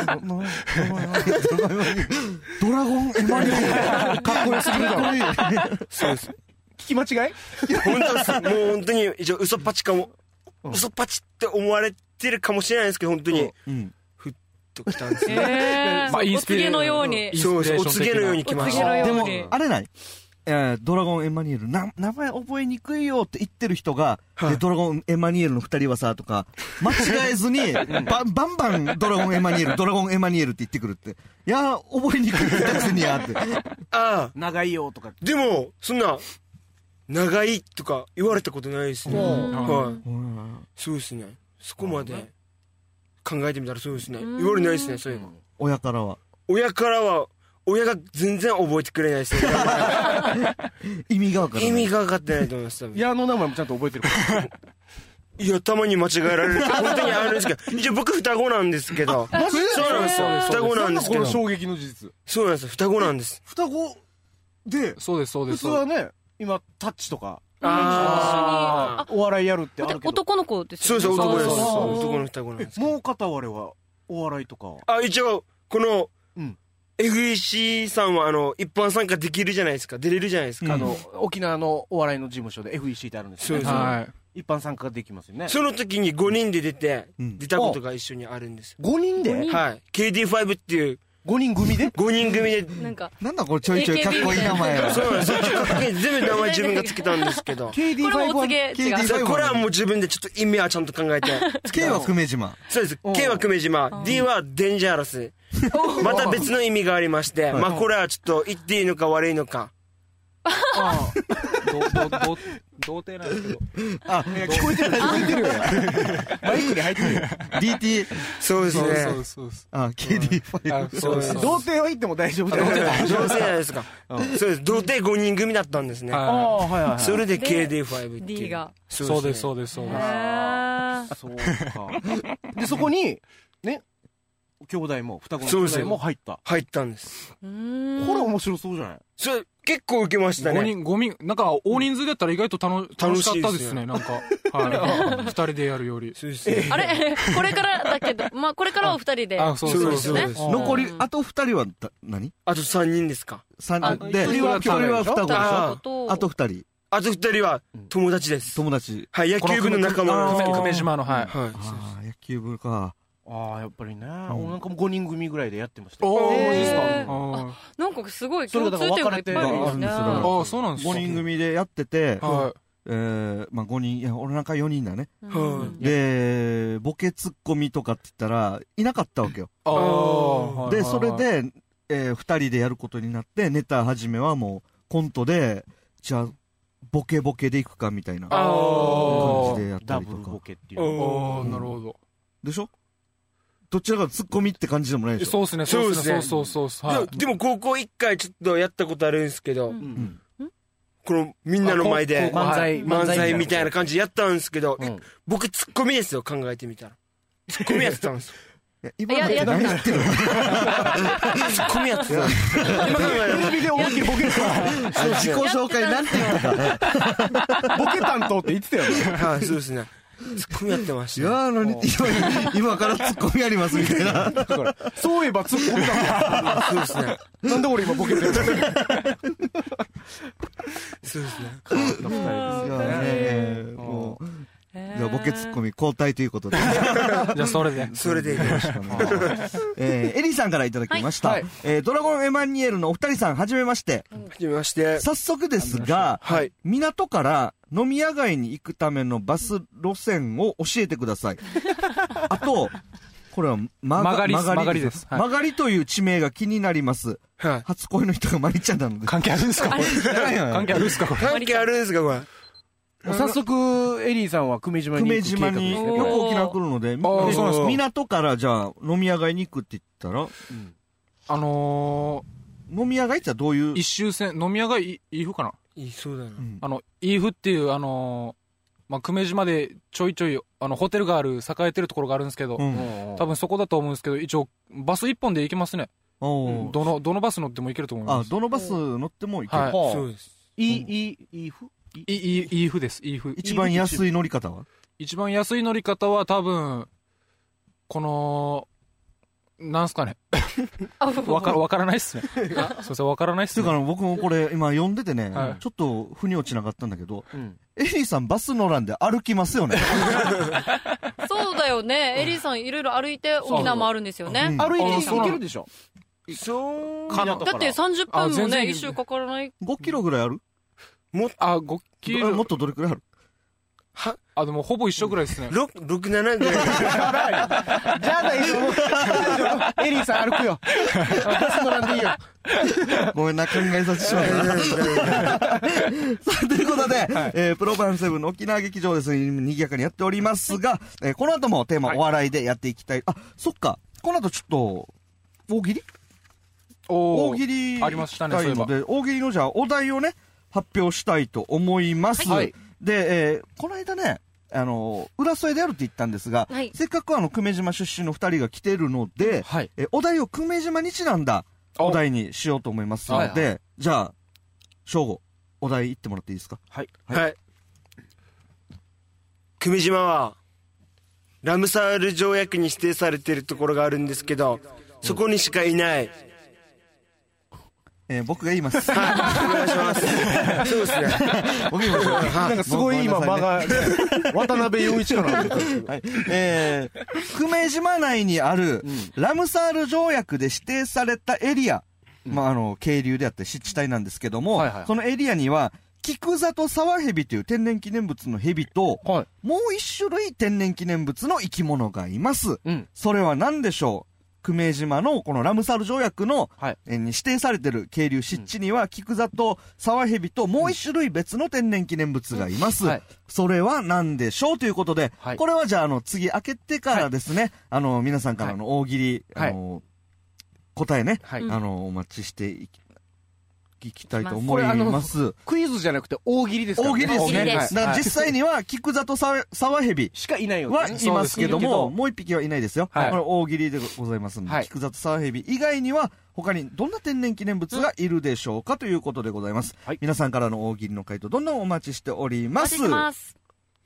ドラゴンエマニュエル。かっこよすぎるだろ。 そうです。 聞き間違い？ 本当です。もう本当に、一応嘘っぱちかも、嘘っぱちって思われてるかもしれないですけど、本当に。ふっと来たんですね。まあ、 お告げのように。 そうそう、お告げのように来ました。 でも、あれない？えー、ドラゴンエマニュエルな、名前覚えにくいよって言ってる人が、はい、でドラゴンエマニュエルの二人はさ、とか、間違えずに、バンバンバンドラゴンエマニュエル、ドラゴンエマニュエルって言ってくるって。いやー、覚えにくいくせにやって。 ああ。 長いよとか。 でも、そんな、長いとか言われたことないですね。はい。そうですね。そこまで考えてみたらそうですね。言われないですね、そういうの。 親からは親からは、親が全然覚えてくれないですね。 意味が分からない。 意味が分かってないと思います、多分。 いや、あの名前もちゃんと覚えてるから。 いや、たまに間違えられる。本当にあるんですけど。一応僕双子なんですけど。 マジで？ そうなんですよ。双子なんですけど。 この衝撃の事実。 そうなんですよ。双子なんです。 双子で、 そうです、そうです。 普通はね、今、タッチとか、 あお笑いやるってあるけど。 男の子ですよね。 そうそう、男です。男の双子なんです。 もう片割れは、お笑いとかは。 あ、一応、この、エフイーシー さんは、あの、一般参加できるじゃないですか。出れるじゃないですか。 あの、沖縄のお笑いの事務所で エフイーシー ってあるんですよね。 そうです。 はい。一般参加できますよね。 その時にごにんで出て、出たことが一緒にあるんです。 ごにんで？ はい。ケーディーファイブ っていう、 ごにん組で ? ごにん組で。 なんか。 なんだこれちょいちょいかっこいい名前は。 そうなんです。かっこいい。全部名前自分がつけたんですけど。 ケーディーファイブ はケーディーファイブこれはもう自分でちょっと意味はちゃんと考えて。 K は久米島。 そうです。K は久米島。D はデンジャーラス。また別の意味がありまして、まあこれはちょっと言っていいのか悪いのか。 ああ。ど、ど、ど、童貞なんですけど。 あ、聞こえてる、聞こえてるよ。マイクに入ってるよ。 ディーティー。 そうですね。 そうそうそう。 あ、ケーディーファイブ。 そうです。 童貞は言っても大丈夫じゃないですか。 童貞じゃないですか。そうです。童貞ごにん組だったんですね。 ああ、はいはい。 それで ケーディーファイブ っていう。 D が。 そうです、そうです、そうです。 そうか。で、そこに、ね、兄弟も、双子の兄弟も入った。 入ったんです。 これ面白そうじゃない？ それ、結構受けましたね。 ごにん、ごにん、なんか、大人数でやったら意外と楽楽しかったですね、なんか。はい。二人でやるより。 そうですね。 あれこれからだけど、まあ、これからは二人で。 あ、そうですね。 残り、あと二人は、何？ あと三人ですか？ 三人。で、一人は双子でしょ？あと二人。 あと二人は、友達です。 友達。 はい、野球部の仲間です。久米島の、はい。 はい。 ああ、野球部か。 ああ、やっぱりね。なんかもうごにん組ぐらいでやってました。 おー、マジですか。 なんかすごい共通点がいっぱいあるんですね。 ああ、そうなんですか。 ごにん組でやってて、えー、まあごにん、いや、俺なんかよにんだね。で、ボケツッコミとかって言ったら、いなかったわけよ。で、それで、えー、二人でやることになって、ネタ始めはもうコントで、じゃあ、ボケボケでいくかみたいな感じでやったりとか。 ダブルボケっていう。 ああ、なるほど。 でしょ？どちらかツッコミって感じでもないでしょ？ そうですね、そうですね。そうそうそう。 はい。でも高校一回ちょっとやったことあるんですけど、このみんなの前で漫才、 漫才みたいな感じでやったんですけど、僕ツッコミですよ、考えてみたら。ツッコミやってたんですよ。 今のって何やってるの？ ツッコミやってた。今考えテレビで思いっきりボケるから。 自己紹介なんて言ったか。ボケ担当って言ってたよね。 はい、そうですね。ツッコミやってました。 いやー、何今、今からツッコミやりますみたいな。 そういえばツッコミだ。 そうですね。 なんで俺今ボケてるの？そうですね。 いやね、もう。 じゃあボケツッコミ交代ということで。 じゃあそれで。 それでよろしくお願いします。 えー、エリーさんからいただきました。はい、えー、ドラゴンエマニュエルのお二人さん、はじめまして。 はじめまして。 早速ですが、はい、港から飲み屋街に行くためのバス路線を教えてください。あと、これは曲がり曲がりです。 曲がりという地名が気になります。はい、初恋の人がマリちゃんなので。 関係あるんですかこれ。関係あるんですかこれ。 関係あるんですかこれ。 早速、エリーさんは久米島に行く計画ですね。 久米島に横沖縄来るので、港からじゃあ飲み屋街に行くって言ったら、うん、 あのー、飲み屋街ってどういう一周線、飲み屋街、イーフかないい、そうだな。 あの、イーフっていう、あのー、まあ、久米島でちょいちょい、あの、ホテルがある、栄えてるところがあるんですけど、うん、多分そこだと思うんですけど、一応、バス一本で行けますね。どの、どのバス乗っても行けると思います。 あ、どのバス乗っても行ける。 はい、 そうです。 イー、イー、イーフイー、イーフです、イーフ。 一番安い乗り方は一番安い乗り方は多分、この、なんすかね。わか、わからないっすね。そうそう、わからないっすね。 だから僕もこれ今読んでてね、はい、ちょっと腑に落ちなかったんだけど、うん、エリーさんバス乗らんで歩きますよね。 そうだよね。エリーさんいろいろ歩いて沖縄もあるんですよね。 歩いて行けるでしょ。 そう。 だってさんじゅっぷんもね、一周かからない。 ごキロぐらいあるもあ、ごキロ。 もっとどれくらいあるはあ、でもほぼ一緒ぐらいですね。 ろく、ろく、ななぐらい。じゃあ大丈夫。エリーさん歩くよ。バス乗らんでいいよ。 ごめんな、考えさせてしまったな。さあ、ということで、はい、えー、プロバンセブンの沖縄劇場ですね、賑やかにやっておりますが、えー、この後もテーマお笑いでやっていきたい。はい、あ、そっか。この後ちょっと、大喜利大喜利ありましたね、そういえば。 大喜利のじゃあ、お題をね、発表したいと思います。はい、で、えー、この間ね、あの、浦添でやるって言ったんですが、はい、せっかくあの、久米島出身の二人が来てるので、はい、えお題を久米島にちなんだお題にしようと思いますので、はいはい、じゃあ、正吾、お題言ってもらっていいですか？ はい。はい。はい、久米島は、ラムサール条約に指定されているところがあるんですけど、そこにしかいない。 えー、僕が言います。 はい、お願いします。そうですね。 僕言います。なんかすごい今間が、渡辺陽一かな。はい。 えー、久米島内にある、ラムサール条約で指定されたエリア、うん、まあ、あの、渓流であって湿地帯なんですけども、はいはい、そのエリアには、キクザトサワヘビという天然記念物のヘビと、はい、もう一種類天然記念物の生き物がいます。うん、それは何でしょう？久米島のこのラムサール条約の、はい、えに指定されている渓流湿地には、うん、キクザトサワヘビともう一種類別の天然記念物がいます。うんはい、それは何でしょうということで、はい、これはじゃあ、あの、次開けてからですね、はい、あの、皆さんからの大喜利、はい、あの、答えね、はい、あの、お待ちしていき聞きたいと思います。 クイズじゃなくて大喜利ですからね。大喜利ですね。だから実際にはキクザトサワヘビしかいないよはいますけども、もう一匹はいないですよ。これ大喜利でございますので、キクザトサワヘビ以外には他にどんな天然記念物がいるでしょうかということでございます。皆さんからの大喜利の回答どんどんお待ちしております。 お待ちしてます。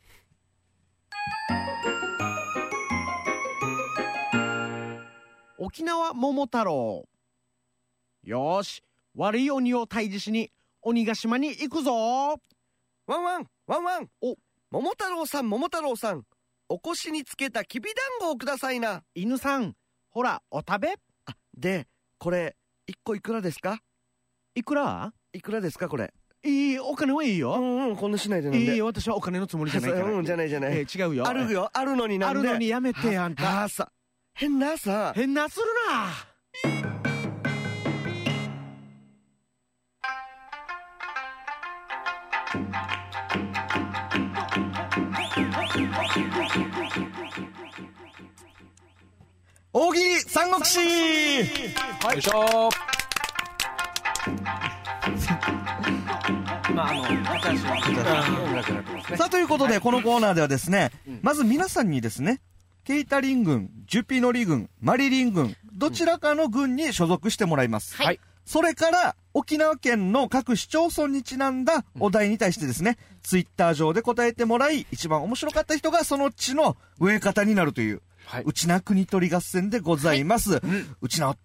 沖縄桃太郎。よーし。悪い鬼を退治しに鬼ヶ島に行くぞ。ワンワンワンワン。お、桃太郎さん桃太郎さん、お腰につけたきびだんごをくださいな。 犬さん、ほらお食べ。 あ、でこれいっこいくらですか？ いくらいくらですかこれ？ いい、お金はいいよ。 うんうん、こんなしないでなんで。 いい、私はお金のつもりじゃないから。 うん、じゃないじゃない、 えー、違うよ。 あるよ、あるのになんで。 あるのにやめて。あんたさ、変なさ変なするな。 大喜利三国志。 よいしょまあ、あの、私は音楽になってますね。さあ、ということで、このコーナーではですね、まず皆さんにですね、ケイタリン軍、ジュピノリ軍、マリリン軍、どちらかの軍に所属してもらいます。はい。それから、沖縄県の各市町村にちなんだお題に対してですね、うん、ツイッター上で答えてもらい、一番面白かった人がその地の植え方になるという、はい、うちな国取り合戦でございます。はい、うん、うちな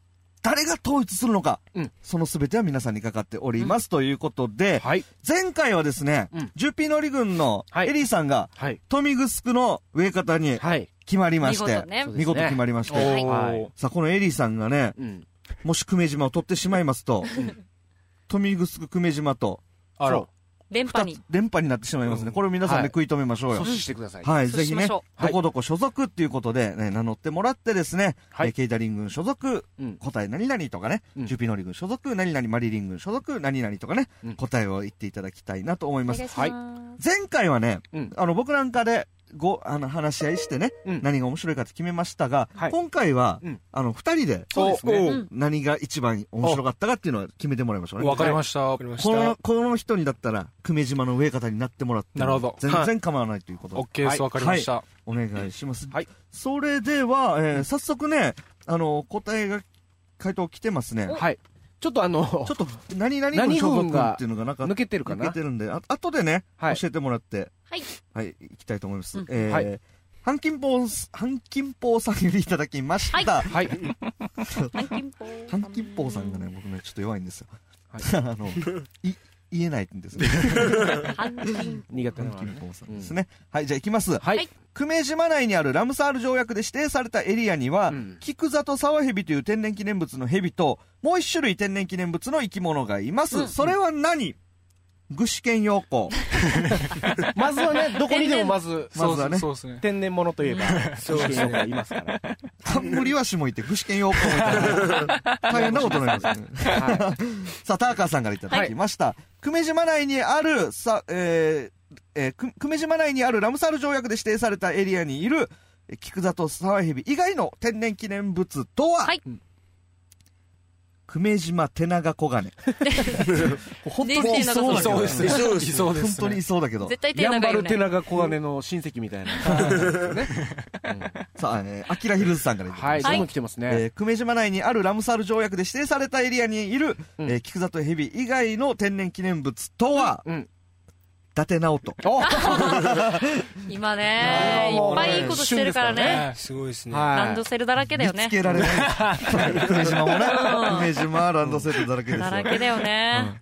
誰が統一するのか、うん、その全ては皆さんにかかっております、うん、ということで、はい、前回はですね、うん、ジュピノリ軍のエリーさんが、はい、豊見城の植え方に決まりまして、はい、見事ね、見事決まりまして、はい、さあこのエリーさんがね、うん、もし久米島を取ってしまいますと、うん、豊見城久米島と、 あら連覇に連覇になってしまいますね、うん、これを皆さんで食い止めましょうよ、 はい、阻止してください。 はい、ぜひね、どこどこ所属っていうことで、ね、名乗ってもらってですね、はい、ケイタリン軍所属、うん、答え何々とかね、うん、ジュピノリ軍所属何々、マリリン軍所属何々とかね、うん、答えを言っていただきたいなと思います。はい、前回はね、うん、あの僕なんかでごあの話し合いしてね、うん、何が面白いかって決めましたが、はい、今回は、うん、あの二人で、 そうですね、 何が一番面白かったかっていうのは決めてもらいましょうね。 わかりました。 はい、このこの人にだったら久米島の植え方になってもらって、 なるほど、 全然構わないということで。 オッケーです。わかりました。 はい、お願いします。はい。それでは、えー、早速ね、あの答えが回答来てますね。 はい。ちょっとあの、 ちょっと、何々軍所属っていうのがなんか、 抜けてるかな抜けてるんで、あ後でね、はい、教えてもらって、 はい。 はい、行きたいと思います。うん、えー、 はい。 半金坊、半金坊さんよりいただきました。はい。半金坊。半金坊さんがね、僕ね、ちょっと弱いんですよ。はい、あの、い、言えないんですね。 苦手な半金坊さんですね。はい、じゃあ行きます。はい。久米島内にあるラムサール条約で指定されたエリアには、うん、キクザトサワヘビという天然記念物のヘビと、もう一種類天然記念物の生き物がいます。うん、それは何？具志堅用高。 まずはね、どこにでもまず、 まずはね、 天然物といえば、具志堅用高がいますから。 冠ワシもいて、具志堅用高みたいな。大変なことになりますね。はい、さあ、ターカーさんからいただきました。はい、久米島内にある、さ、えー、えー、久米島内にあるラムサール条約で指定されたエリアにいる、キクザトサワヘビ以外の天然記念物とは、はい、久米島手長小金。 本当にいそうだけど、ね、 いそうです。本当にいそうだけど。 絶対手長いよね。 やんばる手長小金の親戚みたいな。ね、 さあ、えー、アキラヒルズさんからいただきました。 はい、どんどん来てますね。 えー、久米島内にあるラムサール条約で指定されたエリアにいる、うん、えー、キクザトヘビ以外の天然記念物とは、うん、伊達直人。 今ね、いっぱいいいことしてるからね。 すごいですね。 ランドセルだらけだよね。 見つけられない。久米島もね、久米島はランドセルだらけですよ。 だらけだよね。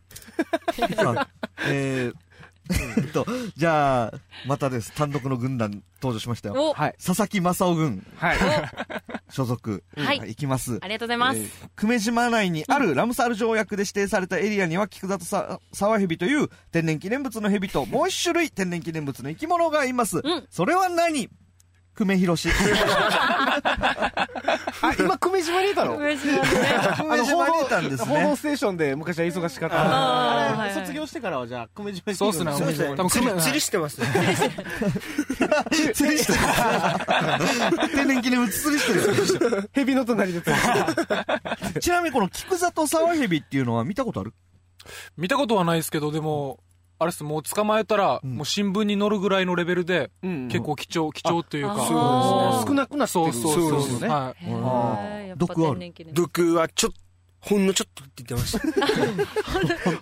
えーえっと、じゃあ、またです。単独の軍団登場しましたよ。はい。佐々木正夫軍。はい。所属。はい。行きます。 ありがとうございます。 久米島内にあるラムサール条約で指定されたエリアには、キクザトサワヘビという天然記念物のヘビと、もう一種類天然記念物の生き物がいます。うん。それは何？久米宏。 あ、今久米島にいたの？ 久米島ね。 久米島にいたんですね。 報道ステーションで昔は忙しかった。あれ卒業してからはじゃあ久米島に。 そうっすね。 多分釣りしてますね。 釣りしてます。天然記念物釣りしてる。 ヘビの隣で釣り。ちなみにこのキクザトサワヘビっていうのは見たことある？ 見たことはないですけど、でも。あれです、もう捕まえたら、うん、もう新聞に載るぐらいのレベルで、うん、結構貴重、貴重というか、 少なくなってる。 そうそうそうそう、ね。はい。 毒ある？ 毒はちょっと、ほんのちょっとって言ってました。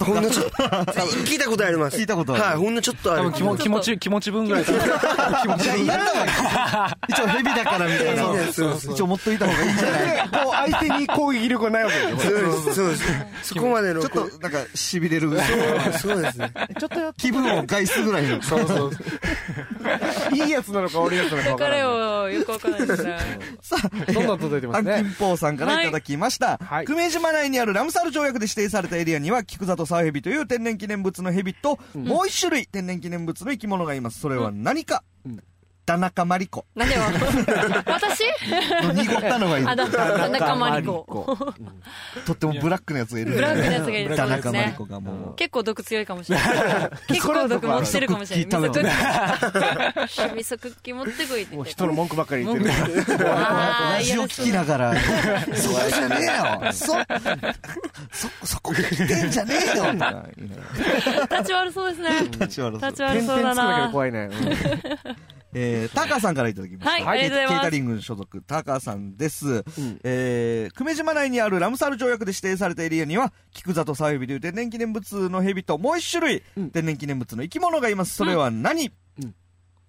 ほんのちょっと。聞いたことあります。 聞いたことある。 はい、ほんのちょっとある。 多分気持ち、気持ち分ぐらい。気持ち分。一応ヘビだからみたいな。一応持っといた方がいいんじゃないこう相手に攻撃力がないわけですよ。そうです。そうです。そこまでの。 ちょっとなんか痺れる。 そうですね。 ちょっと気分を害すぐらいの。 そうそう。いいやつなのか悪いやつなのか分からない。 彼をよくわからないですね。 さあ、 どんどん届いてますね。 アンキンポーさんからいただきました。久米島内にあるラムサール条約で指定されたエリアにはキクザトサワヘビという天然記念物のヘビと、うん、もう一種類天然記念物の生き物がいます。それは何か、うん田中真理子。 なんでよ。私濁ったのがいい。 あ、田中真理子。 とってもブラックなやつがいる。 ブラックなやつがいる。 田中真理子がもう。 結構毒強いかもしれない。結構毒持ってるかもしれない。味噌クッキー。味噌クッキー持ってこいって。 もう人の文句ばっかり言ってる。 ラジオ聞きながら、そこじゃねえよ。そ、そ、そこ来てんじゃねえよ。 立ち悪そうですね。 立ち悪そう。 立ち悪そうだな。 怖いね。 えー、タカさんからいただきました。 はい、ありがとうございます。 ケータリング所属、タカさんです。うん、えー、久米島内にあるラムサール条約で指定されたエリアには、キクザトサワヘビという天然記念物のヘビともう一種類、うん、天然記念物の生き物がいます。それは何？うん、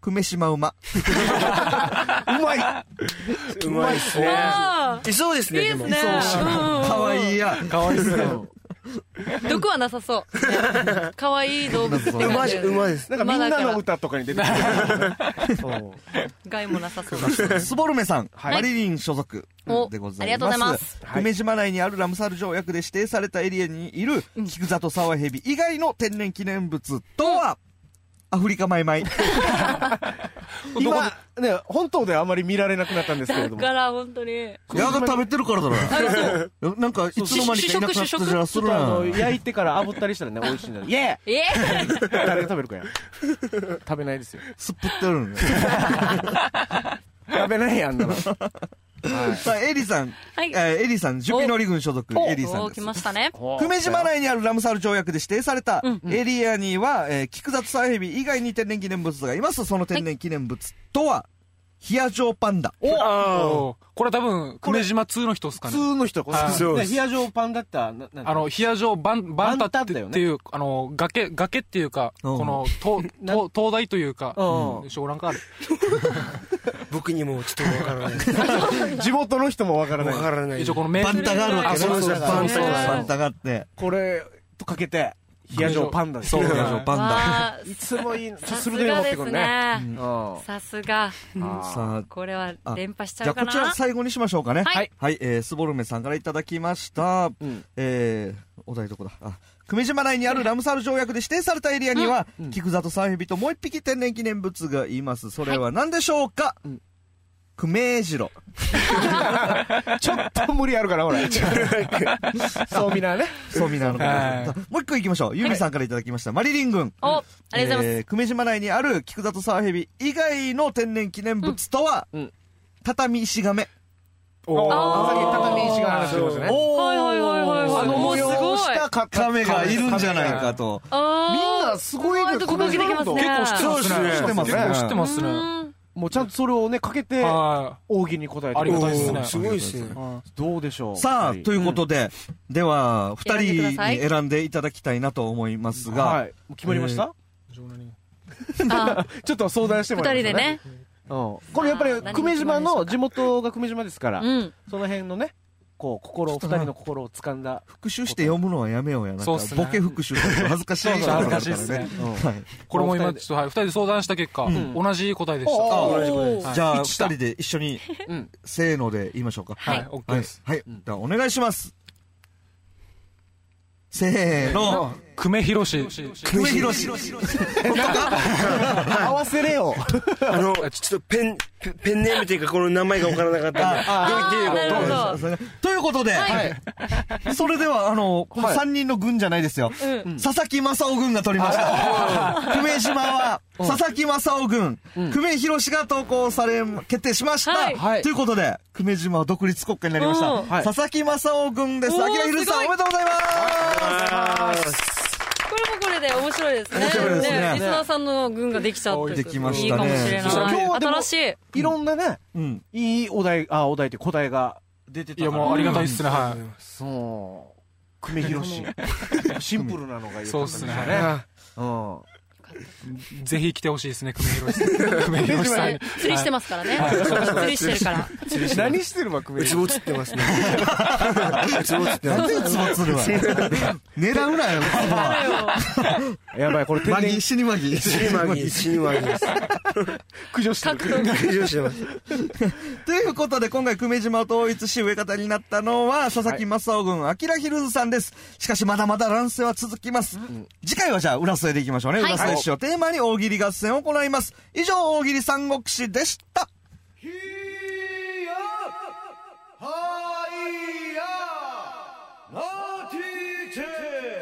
久米島馬。 うまい。 うまいっすね。いそうですね。 いいですね。 かわいいや。 かわいいっすね。 毒はなさそう。かわいい動物って感じ。 うまいです。 なんかみんなの歌とかに出てくる。 害もなさそうだ。 スボルメさん、マリリン所属でございます。 ありがとうございます。 久米島内にあるラムサール条約で指定されたエリアにいるキクザトサワヘビ以外の天然記念物とは、アフリカマイマイ。 今ね、本島ではあまり見られなくなったんですけれども。 だから本当に。 矢が食べてるからだろ。なんかいつの間にかいなくなったじゃするな。 焼いてから炙ったりしたらね、美味しいんだよ。イエーイ。誰が食べるかや。食べないですよ。 すっぷってるね。 食べないやんなの。 さあ、エリさん、エリさん、ジュピノリ軍所属、エリさんです。 来ましたね。 久米島内にあるラムサール条約で指定されたエリアには、キクザトサワヘビ以外に天然記念物がいます。その天然記念物とは、ヒヤジョウパンダ。 おこれ多分、久米島にの人ですかね。 にの人、これ。ヒヤジョウパンダって、あの、ヒヤジョウバン、バンタっていう、あの、崖、崖っていうか、この、灯台というか、小覧かある。 僕にもちょっとわからない。 地元の人もわからない。 わからない。 一応このメールバンタがあるわけね。そうですね。バンタがあって。 これとかけて、ヒヤジョウパンダです。 そう、ヒヤジョウパンダ。 いつもいい、 鋭いの持ってくるね。さすが。 さあ、 これは連覇しちゃうかな。 じゃあこちら最後にしましょうかね。 はい。 はい、えー、スボルメさんからいただきました。えー、お題どこだ。あ、久米島内にあるラムサール条約で指定されたエリアには、キクザトサワヘビともう一匹天然記念物がいます。それは何でしょうか？クメージロ。 ちょっと無理あるからほら。そうみなね。 そうみなの。もう一個行きましょう。ユミさんからいただきました。マリリン軍。 お、ありがとうございます。 久米島内にあるキクザトサワヘビ以外の天然記念物とは、畳石亀。 おー、さっき畳石が話してましたね。 はいはいはいはい。 あの模様した亀がいるんじゃないかと。 みんなすごいね。 結構知ってますね。 結構知ってますね。知ってますね。 もうちゃんとそれをね、かけて、大喜利に答えてありがたいですね。 すごいですね。 どうでしょう。 さあ、ということで、では、二人に選んでいただきたいなと思いますが。 はい。決まりました？ちょっと相談してもらいますね。二人でね。 これやっぱり久米島の地元が久米島ですから、その辺のね、こう心を二人の心を掴んだ復習して読むのはやめようやな。 そうっすね。 ボケ復習恥ずかしい。 恥ずかしいですね。これも今ちょっとはい二人で相談した結果同じ答えでした。 同じ答えです。じゃあ二人で一緒にせーので言いましょうか。 はい、オッケーです。 はい、ではお願いします。せーの。 久米宏。 久米宏。 合わせれよ。 あの、ちょっとペン、ペンネームっていうかこの名前がわからなかったんで。 ということで、それでは、あの、さんにんの軍じゃないですよ。佐々木正夫軍が取りました。久米島は、佐々木正夫軍、久米宏が投稿され、決定しました。ということで、久米島は独立国家になりました。佐々木正夫軍です。あきらひるさん、おめでとうございます。 これもこれで面白いですね。 面白いですね。 リスナーさんの軍ができちゃって。 できましたね。 いいかもしれない。今日は新しい。 いろんなね、いいお題、あ、お題って答えが出てた。 いや、もうありがたいっすね、はい。 そう。久米宏。シンプルなのがいい。 そうっすね。 うん。 ぜひ来てほしいですね、久米宏久米宏さんに。 釣りしてますからね。釣りしてるから。 何してるわ、久米宏。ウツボ釣ってますね。 ウツボ釣ってます。なんでウツボ釣るわ。狙うなよ、ウツボは。 やばい、これ天然。 死にマギ。 死にマギ、死にマギです。 駆除してる。 駆除してます。 ということで、今回久米島を統一し植え方になったのは、佐々木正夫軍、あきらひるずさんです。しかし、まだまだ乱世は続きます。次回はじゃあ、浦添でいきましょうね。浦添市をテーマに大喜利合戦を行います。以上、大喜利三国志でした。ひやはいやなてぃて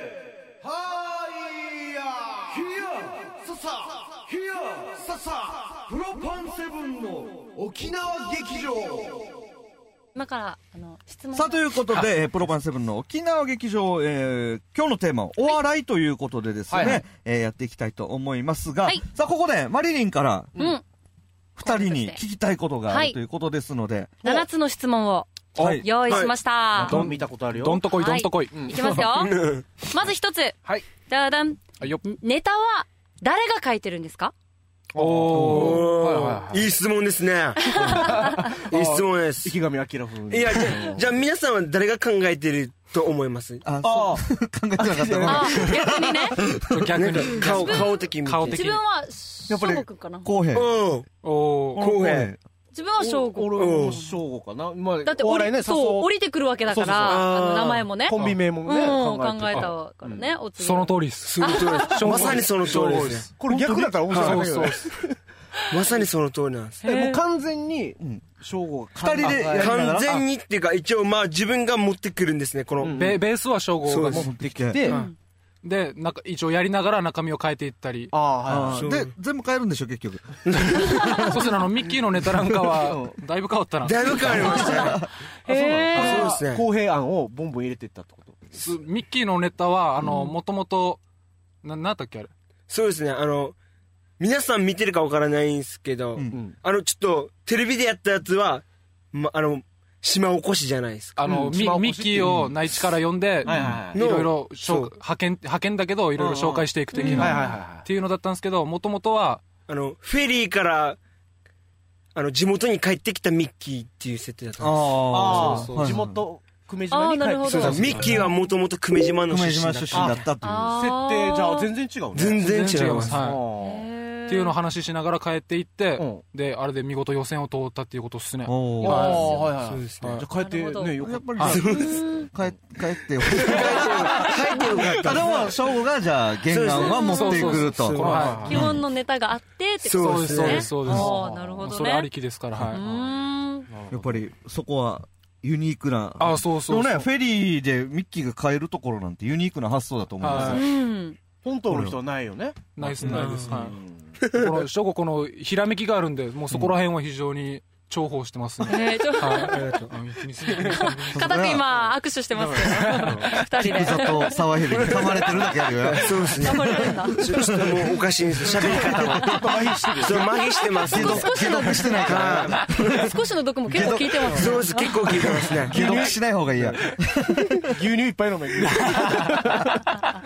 はいやひやささひやささプロパンセブンの沖縄劇場。 今からあの質問さあということで、プロパンセブンの沖縄劇場、えー、今日のテーマはお笑いということでですね、はいはい、えー、やっていきたいと思いますが、はい、さあここでマリリンからふたりに聞きたいことがあるということですので、 ななつの質問を用意しました。はい、 どん見たことあるよ。 どんとこいどんとこい。 はい、いきますよ。まず一つ。 はい。 ダダン。ネタは誰が書いてるんですか？ おー、いい質問ですね。いい質問です。 池上彰風に。 いや、じゃ、じゃあ皆さんは誰が考えてると思います？ ああ、考えてなかった。 逆にね。 逆に。 顔、顔的に。 顔的に。自分は、やっぱり、かな。 公平。 おお公平。 自分は翔吾。 俺も翔吾かな。まあ、 だって降り、そう、降りてくるわけだから、あの、名前もね。 コンビ名もね、 考えたからね、お次。 その通りです。 その通りです。まさにその通りです。 これ逆だったら面白いけどね。 まさにその通りなんです。 もう完全に、翔吾が二人で、完全にっていうか、一応まあ自分が持ってくるんですね、この。 ベースは翔吾が持ってきて、で、なんか一応やりながら中身を変えていったり。 ああ、で、全部変えるんでしょ、結局。 そうするあの、ミッキーのネタなんかは、だいぶ変わったな。 だいぶ変わりましたね。 へそうですね。 公平案をボンボン入れていったってこと？ ミッキーのネタは、あの、もともと、な、なんだっけあれ？ そうですね、あの、皆さん見てるかわからないんですけど、あの、ちょっと、テレビでやったやつは、ま、あの、島おこしじゃないですか。 あの、うん、ミッキーを内地から呼んで、いろいろ、派遣、派遣だけど、いろいろ紹介していく的な、っていうのだったんですけど、もともとは、 あの、フェリーから、あの、地元に帰ってきたミッキーっていう設定だったんです。 ああ、そうそう。地元、久米島に帰ってきた。 ミッキーはもともと久米島の出身だった。 久米島出身だったっていう。 設定、じゃあ全然違うね。 全然違います。 っていうのを話しながら帰っていって、で、あれで見事予選を通ったっていうことですね。 おー、はいはい。そうですね。じゃあ帰ってね、よかった。やっぱり、 帰、帰ってよかった。帰ってよかった。でも、翔吾がじゃあ原案は持ってくると。 基本のネタがあってってことですね。そうです、そうです。 なるほどね。 それありきですから、はい。 やっぱり、そこは、ユニークな。 あ、そうそう。 でもね、フェリーでミッキーが買えるところなんてユニークな発想だと思いますよ。 本当の人はないよね。 ないです、ないです。はい。この、翔吾この、ひらめきがあるんで、もうそこら辺は非常に重宝してますね。 えー、ちょっと。はい、ありがとう。固く今、握手してますけど。二人で。 ざと沢ヘビに噛まれてるだけあるよ。 そうですね。噛まれるんだ。ちょっともうおかしいんですよ。喋り方も。ちょっと麻痺してる。そう、麻痺してます。 少しの、してないから。少しの毒も結構効いてますね。 そうです、結構効いてますね。 牛乳しない方がいいや。 牛乳いっぱい飲め。じゃあ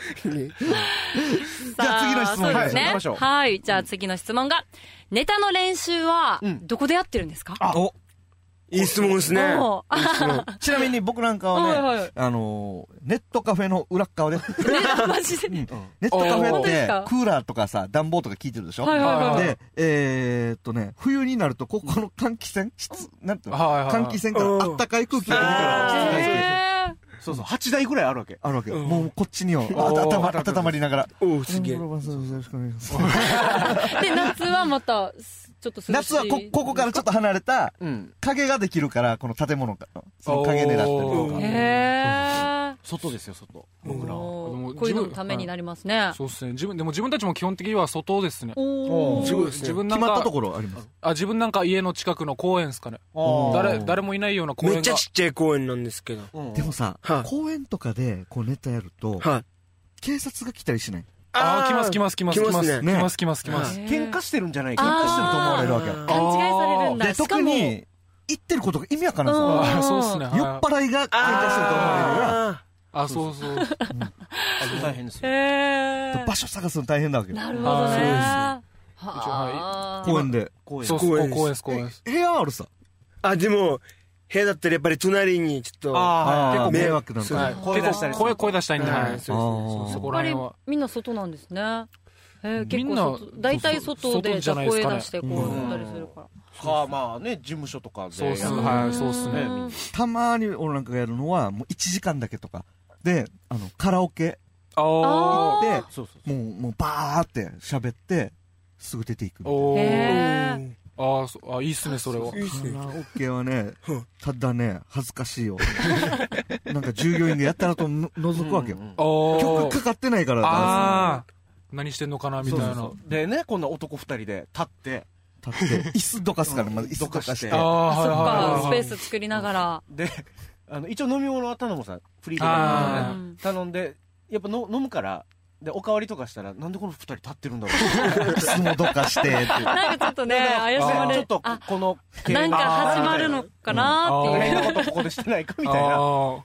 次の質問ですね。はい。じゃあ次の質問が、ネタの練習は、どこでやってるんですか？ あ、おいい質問ですね。 ちなみに僕なんかはね、あの、ネットカフェの裏側で。 マジで？ ネットカフェって、クーラーとかさ、暖房とか効いてるでしょ？で、えっとね、冬になると、ここの換気扇室、なんていうの？換気扇からあったかい空気が出てくるわけ。 そうそう、はちだいぐらいあるわけ。 あるわけ。もうこっちには、温まりながら。 おお、すげえ。 よろしくお願いします。 で、夏はまた、ちょっと涼しい。 夏はこ、ここからちょっと離れた、影ができるから、この建物が、その影狙ったりとか。 へー。 外ですよ、外。僕らは。 こういうのためになりますね。 そうですね。自分、でも自分たちも基本的には外ですね。 自分なんか。決まったところあります？ あ、自分なんか家の近くの公園ですかね。誰、誰もいないような公園が。 めっちゃちっちゃい公園なんですけど。 でもさ、公園とかでこうネタやると、警察が来たりしない？ ああ、来ます来ます来ます来ます。来ます来ます来ます。 喧嘩してるんじゃないか。 喧嘩してると思われるわけ。 勘違いされるんだ。 で、特に、言ってることが意味わからんさ。そうですね。 酔っ払いが喧嘩してると思われるから。 あ、そうそう。 大変ですよ。 場所探すの大変だわけよ。 なるほどね。 公園で。 そう公園です、公園です。 部屋あるさ。 あ、でも、部屋だったらやっぱり隣にちょっと、 結構迷惑なんだ。 声出したり。声、声出したいんで、はい。 そこら辺は。みんな外なんですね。結構、大体外で声出してこうやったりするから。 か、まあね、事務所とかで。 そうっすね。はい、そうっすね。 たまに俺なんかがやるのは、もういちじかんだけとか。で、あの、カラオケ。 行って、もう、もうバーって喋って、すぐ出ていくみたいな。 へああ、いいっすね、それは。 カラオケはね、ただね、恥ずかしいよ。なんか従業員がやったらと覗くわけよ。曲かかってないから。 ああ。何してんのかな、みたいな。 でね、こんな男二人で立って、 立って、椅子どかすから、まず椅子どかして。 ああ、そっか、スペース作りながら。 で、あの、一応飲み物は頼むさ、フリーで頼んで、やっぱの飲むから、で、おかわりとかしたら、なんでこの二人立ってるんだろう。 椅子もどかして。 なんかちょっとね、怪しまれちょっと、この、 なんか始まるのかなっていう。 ここでしてないかみたいな。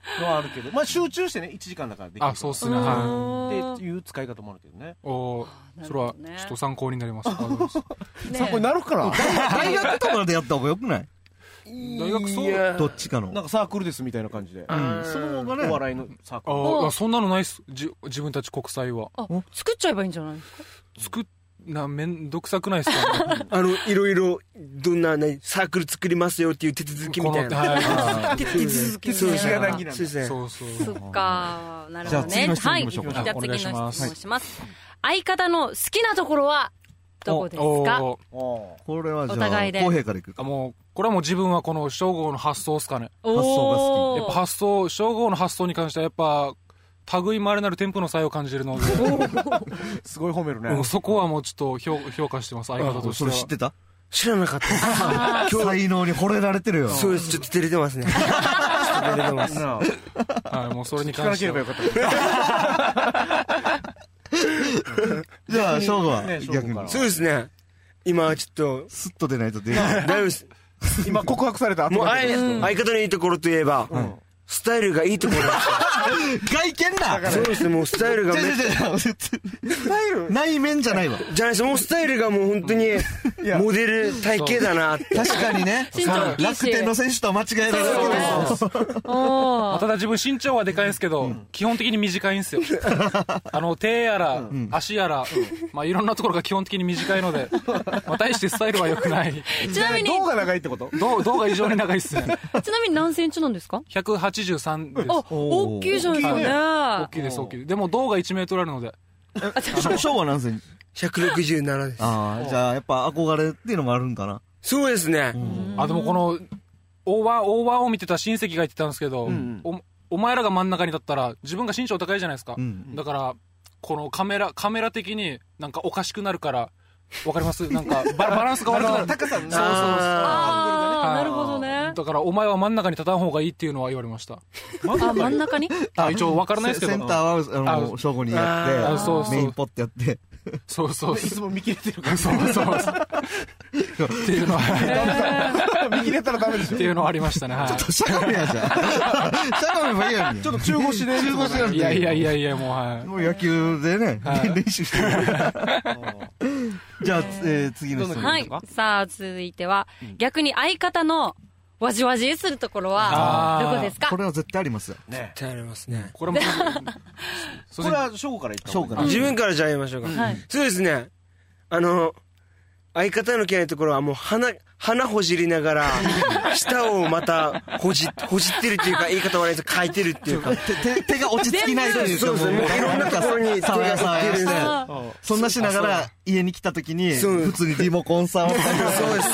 のはあるけど、まあ集中してねいちじかんだからできる。 あ、そうっすね。はい。っていう使い方もあるけどね。 お、それはちょっと参考になります。 参考になるかな。 大学とかでやった方がよくない？ 大学そうどっちかのなんかサークルですみたいな感じで。 その方がね。 お笑いのサークル。 ああ、そんなのないっす。じ自分たち国際は。 あ、作っちゃえばいいんじゃないですか。 作っなめんどくさくないですか。 あのいろいろどんなねサークル作りますよっていう手続きみたいな。 手続きそうですね。 そうそう。 そっか、なるほどね。はい。じゃあ次の質問します。相方の好きなところはどこですか。 これはじゃあお互いで公平からいくか。 もうこれはもう自分はこの称号の発想ですかね。 発想が好き。 やっぱ発想、称号の発想に関してはやっぱ類まれなる添付の才を感じるので。 すごい褒めるね。 もうそこはもうちょっと評評価してます。相方としては。 それ知ってた？ 知らなかった。 才能に惚れられてるよ。 そうです。ちょっと照れてますね。ちょっと照れてます。 はい、もうそれに関しては。 聞かなければよかった。 じゃあ翔吾は逆に。 そうですね。今ちょっとスッと出ないと出ない。 大丈夫です。 今告白された後。 もう相方のいいところといえば。スタイルがいいところ外見だ。 そうですね、もうスタイルがめっちゃスタイル内面じゃないわ。 じゃないです、もうスタイルがもう本当にモデル体型だなって。 確かにね、楽天の選手とは間違えられないけど、ただ自分身長はでかいんですけど、基本的に短いんですよ。あの手やら足やら、まあいろんなところが基本的に短いので、まあ大してスタイルは良くない。 ちなみに胴が長いってこと？ 胴が異常に長いっすね。 ちなみに何センチなんですか？ ひゃくはちじゅうさんです。 あ、大きいじゃないですかね。 大きいです、大きいです。でも胴がいちメートルあるので。 翔は何センチ？ ひゃくろくじゅうななです。 ああ、じゃあやっぱ憧れっていうのもあるんかな。 そうですね。 あ、でもこのオーバーオーバーを見てた親戚が言ってたんですけど、おお前らが真ん中に立ったら自分が身長高いじゃないですか。だからこのカメラカメラ的になんかおかしくなるから。わかります？なんかバランスが悪くなる。 高さの。そうそうそう。 ああ、なるほどね。 だからお前は真ん中に立たん方がいいっていうのは言われました。 あ、真ん中に？ あ、一応わからないですけど。 センターはあの正午にやってメインポってやって。 そうそう。 いつも見切れてるから。 そうそう。っていうのは見切れたらダメでしょ。 っていうのはありましたね。 ちょっとしゃがめやじゃん。しゃがめばいいやん。 ちょっと中腰で。 中腰なんで。 いやいやいやいやもうはい。 もう野球でね練習してる。じゃあ、えー、次の質問。 はい。さあ、続いては、逆に相方のわじわじするところは、どこですか？ これは絶対ありますよ。 絶対ありますね。 これも、 これは翔吾から言った翔吾から。 自分からじゃあ言いましょうか。そうですね。あの、相方の嫌いなところはもう鼻、鼻ほじりながら、舌をまたほじ、ほじってるっていうか、言い方悪いです書いてるっていうか。 手、手が落ち着きないというか、 そうですね。いろんなところに手が触ってるんで。そんなしながら、家に来た時に、普通にリモコンさんを。 そうです、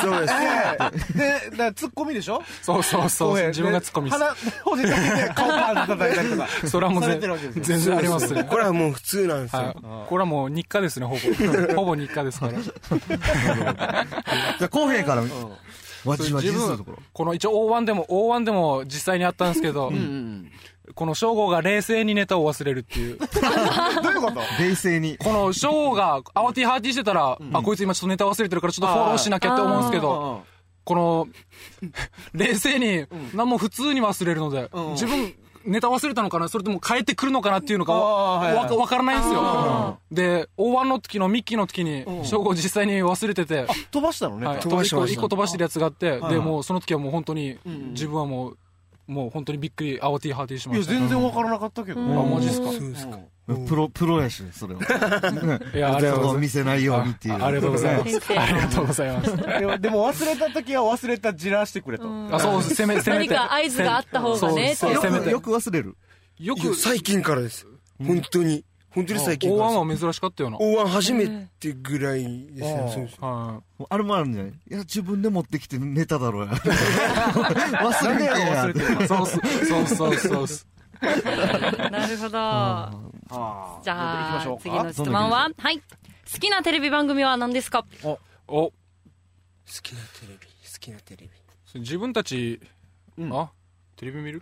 そうです。 で、だからツッコミでしょ？ そうそうそう。自分がツッコミです。 鼻ほじって顔パン叩いたりとか。 それはもう全然ありますね。 これはもう普通なんですよ。 これはもう日課ですね、ほぼ。ほぼ日課ですから。 じゃあ、公平から。わじわじするところ。 この一応 オーワン でも オーワン でも実際にあったんですけど、この翔吾が冷静にネタを忘れるっていう。 どういうこと？ 冷静に。 この翔吾がアワティハーティしてたら、あ、こいつ今ちょっとネタ忘れてるからちょっとフォローしなきゃって思うんですけど、この冷静に何も普通に忘れるので、自分ネタ忘れたのかな、それとも帰ってくるのかなっていうのがわからないんですよ。で オーワン の時のミッキーの時に翔吾実際に忘れてて、 飛ばしたのね。 飛ばしました。 一個飛ばしてるやつがあって、でもうその時はもう本当に自分はもうもう本当にびっくりアワティハーティしました。 いや全然わからなかったけど。 あ、マジですか。 そうですか。 プロ、プロやし、それは。 いや、ありがとうございます。 見せないようにっていう。 ありがとうございます。ありがとうございます。 でも忘れた時は忘れたじらしてくれと。 あ、そうです。せめ、せめて。 何か合図があった方がね。 せめて。よく忘れる。 よく最近からです。本当に。本当に最近から。オーワンは珍しかったよな。 オーワン初めてぐらいですね。そうです。 あれもあるんじゃない？いや、自分で持ってきてネタだろうや。忘れてや。 そうそうそうそう。 なるほど。じゃあ、次の質問は、はい。好きなテレビ番組は何ですか？ お、お。好きなテレビ、好きなテレビ。 自分たち、あ、テレビ見る？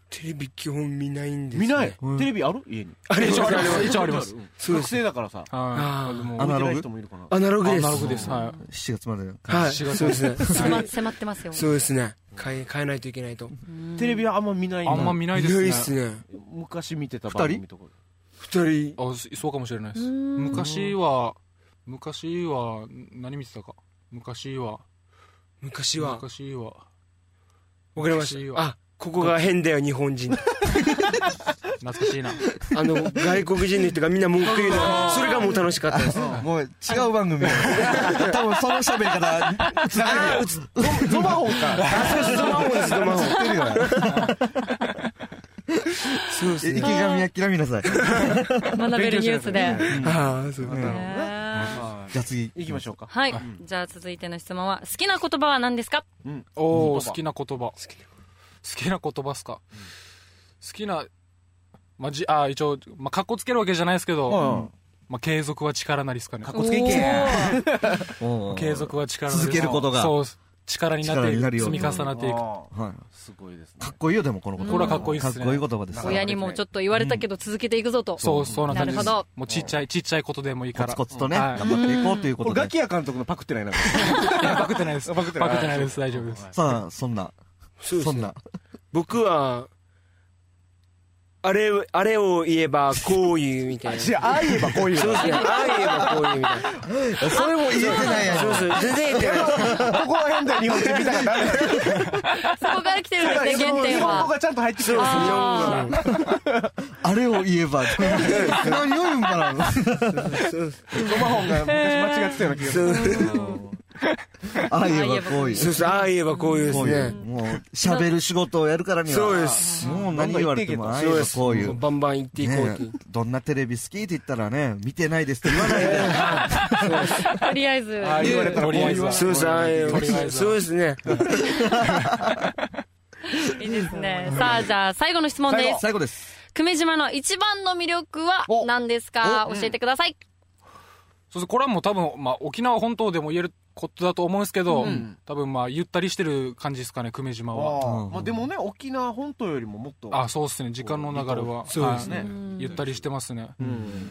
テレビ基本見ないんですね。 見ない、うん、テレビある家に。 あれ一応あります。 一応あります。 学生だからさ。 ああ。アナログアナログです。 アナログです。はい。 しちがつまで。 はい。しちがつですね。 迫迫ってますよ。 そうですね。変え、変えないといけないと。 テレビはあんま見ないんだ。 あんま見ないですね。 見ないですね。 昔見てた番組とか。 二人。 あ、そうかもしれないです。昔は、昔は、何見てたか。昔は、 昔は、 昔は、 わかりました。あ、ここが変だよ、日本人。 懐かしいな。 あの、外国人の人がみんな文句言うの。それがもう楽しかったです。 もう違う番組。多分その喋り方、つながる。 ゾマホンか。 ゾマホンです、ゾマホン。そうですね。 池上彰見なさい。 学べるニュースで。 ああ、そうか。 じゃあ次行きましょうか。 はい。じゃあ続いての質問は、好きな言葉は何ですか？ おー、好きな言葉。好きな言葉っすか。好きな、まあ、じ、あ、一応、まあ、かっこつけるわけじゃないですけど、まあ、継続は力なりっすかね。 かっこつけいけ継続は力なり。 続けることが。 そう。力になって積み重なっていく。 はい。 すごいですね。 かっこいいよ、でもこの言葉。 これはかっこいいですね。 かっこいい言葉です。 親にもちょっと言われたけど続けていくぞと。 そう、そうな感じです。 なるほど。 もうちっちゃい、ちっちゃいことでもいいから。 コツコツとね、頑張っていこうということで。 ガキヤ監督のパクってないな。 パクってないです。パクってないです。大丈夫です。 さあ、そんな。そんな。 僕は、あれ、あれを言えばこう言うみたいな。 ああ言えばこう言う。 そうですね。ああ言えばこう言うみたいな。 それも言えてないやん。 そうそう。全然言えてない。 ここら辺で日本人見たかった。 そこから来てるんですね、原点は。 そこがちゃんと入ってくる。 あれを言えば、何を言うんかな。 ロマホンが昔間違ってたような気がする。 ああ言えばこういう。 そうそう、ああ言えばこういうですね。 もう、喋る仕事をやるからには。 そうです。 もう何言われても、ああ言えばこういう。 バンバン言っていこうって。 どんなテレビ好きって言ったらね、見てないですって言わないで。 とりあえず。 ああ言われたらこう言わ。 そうです、ああ言えば。そうですね。 いいですね。さあ、じゃあ最後の質問です。 最後です。 久米島の一番の魅力は何ですか？教えてください。 そうそう、これはもう多分、まあ、沖縄本島でも言えることだと思うんですけど、うん、多分まあ、ゆったりしてる感じですかね、久米島は。 あまあ、でもね、沖縄本島よりももっと。 あ、そうですね、時間の流れは。 そうですね、はい。 ゆったりしてますね。うん、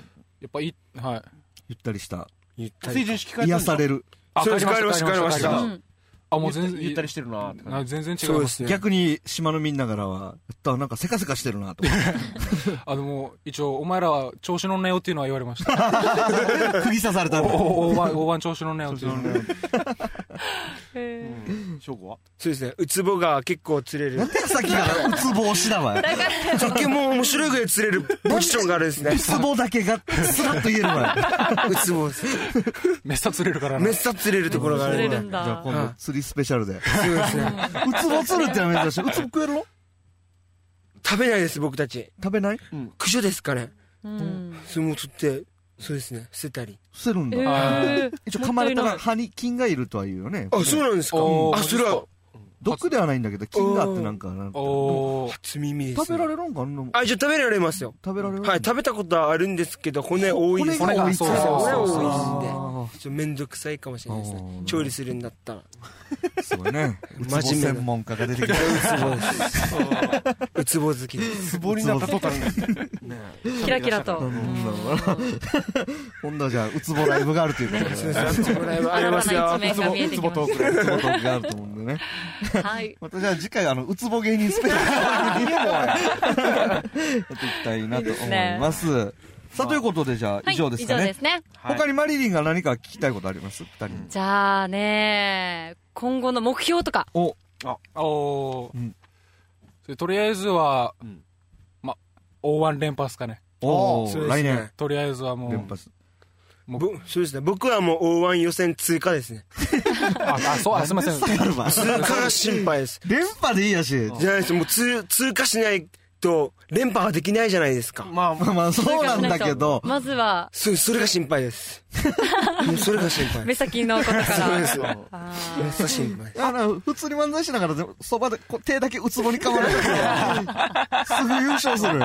やっぱい、はい。 ゆったりした。 ゆったり。 癒される。 あ、帰りました、帰りました。 あ、もう全然。 ゆったりしてるなって感じ。全然違いますね。 逆に島のみんなからは、なんかせかせかしてるなと。 あのもう、一応、お前らは調子乗んなよっていうのは言われました。 釘刺されたの。 大盤、大盤調子乗んなよっていうの。 翔子はそうですね。ウツボが結構釣れる。 なんでさっきからウツボ推しだわ。 さっきもう面白いぐらい釣れるポジションがあるんですね。 ウツボだけがスラッと言えるわ。 ウツボです。 めっさ釣れるからな。 めっさ釣れるところがある。 釣れるんだ。 じゃあ今度釣りスペシャルで。 そうですね。 ウツボ釣るってのは珍しい。ウツボ食えるの？ 食べないです、僕たち。 食べない？ 駆除ですかね。 うん。 相撲取って、そうですね、捨てたり。 捨てるんだ。一応噛まれたら歯に菌がいるとは言うよね。 あ、そうなんですか。あ、それは。 毒ではないんだけど、菌があってなんか、なんか。 初耳です。 食べられるんかあ、じゃあ食べられますよ。 食べられる？ はい、食べたことはあるんですけど、骨多いです。 骨が多い。 そうそうそう。骨多いんで。ちょっとめんどくさいかもしれないですね。調理するんだったら。 すごいね。ウツボ専門家が出てきた。 ウツボです。ウツボ好きです。 ウツボになった途端に。 キラキラと。 今度はじゃあ、ウツボライブがあるということで。 そうです。ウツボライブありますよ。 ウツボトークライブ。 ウツボトークがあると思うんでね。 はい。 またじゃあ次回、あの、ウツボ芸人スペシャルやっていきたいなと思います。さあ、ということで、じゃあ、以上ですかね。 以上ですね。 他にマリリンが何か聞きたいことあります？二人に。 じゃあね、今後の目標とか。 お、 あ、おー。とりあえずは、ま、オーワン 連覇ですかね。 おー、来年。 とりあえずはもう。 連覇。 そうですね。僕はもう オーワン 予選通過ですね。 あ、そう、すみません。 通過が心配です。 連覇でいいやし。 じゃないです。もう通、通過しないと、連覇はできないじゃないですか。 まあまあまあ、そうなんだけど。 まずは。 そ、それが心配です。 もうそれが心配。 目先のことから。 そうですよ。めっちゃ心配。 あの、普通に漫才しながら、そばでこう手だけうつぼにかまれてすぐ優勝する。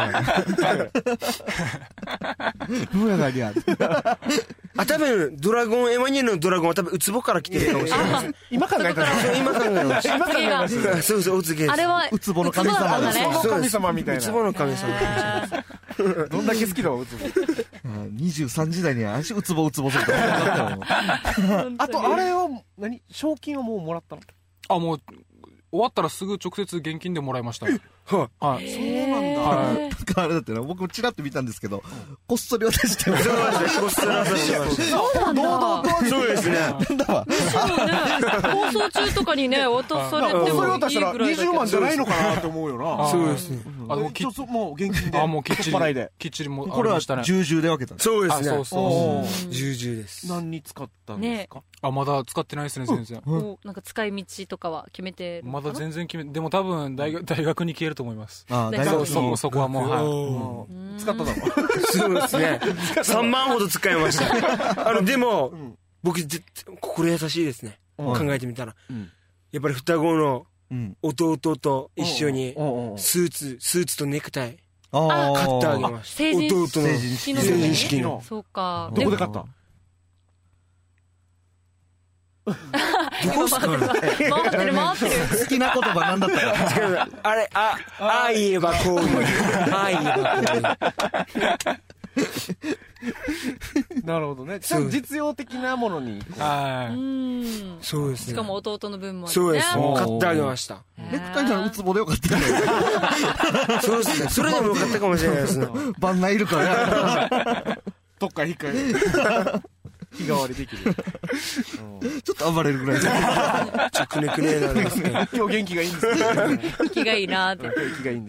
どうやがりゃ。 あ、多分、ドラゴン、エマニュエルのドラゴンは多分、ウツボから来てるかもしれない。 今考えたら、 今考えました。 今考えました。 そうそう、お告げです。 あれは、 ウツボの神様です。 ウツボの神様みたいな。 ウツボの神様。 どんだけ好きだわ、ウツボ。 にじゅうさんじだいに足ウツボウツボするあと、あれは、何賞金はもうもらったの？ あ、もう、終わったらすぐ直接現金でもらいました。 はい。そうなんだ。 はい。あれだってな、僕もチラッと見たんですけど、こっそり渡してました。 こっそり渡してました。 そうなんだ。 そうですね。 なんだわ。 放送中とかにね、渡されてもいいぐらいだけど。 こっそり渡したらにじゅうまんじゃないのかなって思うよな。 そうですね。 あ、もうきもう現金で。 あ、もうきっちり。 払いで。 きっちりもう。 これは重々で分けたんです。 そうですね。 そうそう。 重々です。 何に使ったんですか？ あ、まだ使ってないですね、全然。 なんか使い道とかは決めてる？ まだ全然決め、でも多分大学、大学に消えると思います。 あ、大学そ、そこはもう、はい。 使っただろ。 そうですね。さんまんほど使いました。あの、でも、僕、心優しいですね。考えてみたら。やっぱり双子の弟と一緒に、スーツ、スーツとネクタイ、買ってあげました。弟の成人式の。 そうか。 どこで買った？ どこっすか？ 回ってる回ってる。 好きな言葉なんだったか。 あれ、あ、ああ言えばこういう。ああ言えばこういう。 なるほどね。実用的なものに。 はい。 そうですね。 しかも弟の分も。 そうです。買ってあげました。 ネクタイならウツボでよかったね。 そうですね。それでもよかったかもしれないですね。 バンナいるから。 どっか引っかけ日替わりできる。 ちょっと暴れるぐらい。 ちょ、くねくねなんですね。 今日元気がいいんですよ。 気がいいなーって。 気がいいんです。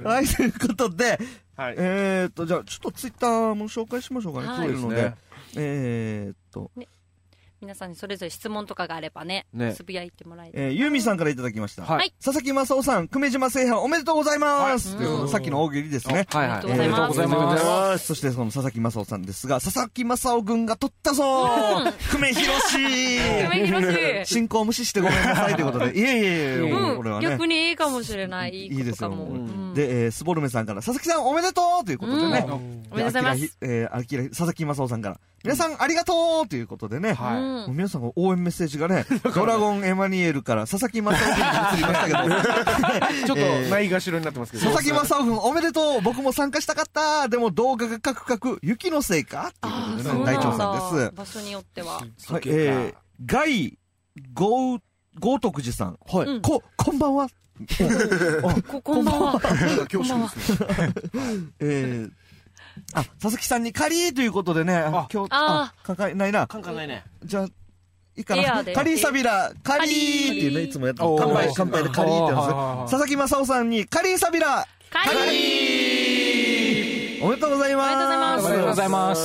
はい、ということで、 はい、 えーっと、じゃあ、ちょっとツイッターも紹介しましょうかね。そういうので。えーっと。 皆さんにそれぞれ質問とかがあればね、つぶやいてもらえて。 えー、ユーミさんからいただきました。 はい。 佐々木正夫さん、久米島制覇おめでとうございます。ということで、さっきの大喜利ですね。 はいはい。ありがとうございます。 そして、その佐々木正夫さんですが、佐々木正夫軍が取ったぞー久米広し久米広し進行無視してごめんなさいということで、いえいえいえ、 これはね。逆にいいかもしれない。いいですよ。 で、スボルメさんから、佐々木さんおめでとうということでね。 おめでとうございます。 えー、あきら、佐々木正夫さんから、皆さんありがとうということでね。はい。皆さん応援メッセージがね、ドラゴンエマニュエルから佐々木正夫君に移りましたけど、 ちょっとないがしろになってますけど。 佐々木正夫君おめでとう僕も参加したかったでも動画がカクカク、雪のせいかということでね、大長さんです。 場所によっては。 はい、えー、ガイ、ゴー、ゴートクジさん。はい。こ、こんばんは。 こ、こんばんは。 恐縮ですね。 えー、あ、佐々木さんにカリーということでね、今日、あ、かかないな。 かかないね。 じゃあ、いいかな。カリーサビラ、カリーっていうね、いつもやって乾杯、乾杯でカリーって言うんですよ。佐々木正夫さんに、カリーサビラ、 カリーおめでとうございます。 おめでとうございます。 おめでとうございます。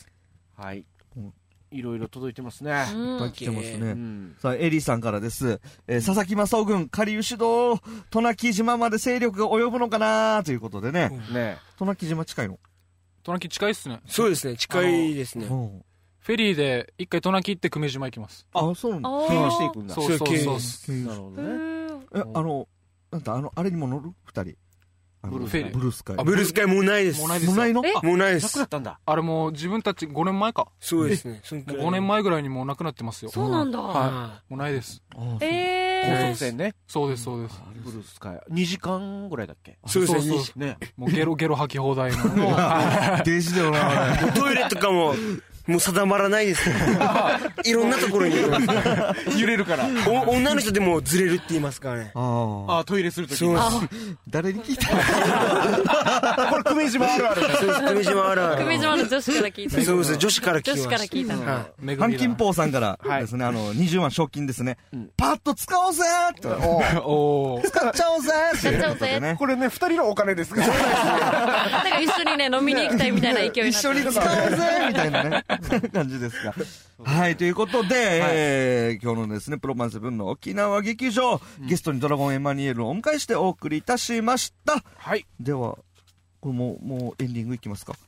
はい。いろいろ届いてますね。 いっぱい来てますね。さあ、エリーさんからです。えー、佐々木正夫軍、下流主導、渡名喜島まで勢力が及ぶのかなということでね。ね。渡名喜島近いの？ 渡名喜近いっすね。 そうですね、近いですね。 フェリーで一回渡名喜行って久米島行きます。 あ、そうなんだ。 経由していくんだ。 そうそうそう。 なるほどね。え、あの、なんだ、あの、あれにも乗る二人。 ブルースカイ。 ブルースカイ。 ブルースカイもうないです。 もうないです。 もうないの？ もうないです。 なくなったんだ。 あれもう自分たちごねんまえか。 そうですね。 ごねんまえぐらいにもうなくなってますよ。 そうなんだ。 はい。もうないです。 え高速船ね。 そうです、そうです。 ブルースカイ。にじかんぐらいだっけ？ そうですね。 もうゲロゲロ吐き放題の。 デジだよな。 トイレとかも、もう定まらないです。いろんなところに揺れるから。 女の人でもずれるって言いますからね。 ああ、トイレするときに。 誰に聞いた？ これ、久米島あるある。 そうです、久米島あるある。 久米島の女子から聞いた。 そうです、女子から聞いた。 女子から聞いた。 半金峰さんからですね、あの、にじゅうまん賞金ですね。パッと使おうぜーと。使っちゃおうぜー使っちゃおうぜ。 これね、二人のお金ですから。 なんか一緒にね、飲みに行きたいみたいな勢いになって。 一緒に使おうぜーみたいなね。感じですが。はい、ということで、はいえー、今日のですね、プロマンセブンの沖縄劇場、うん、ゲストにドラゴンエマニュエルをお迎えしてお送りいたしました。はい。では、これもう、もうエンディングいきますか。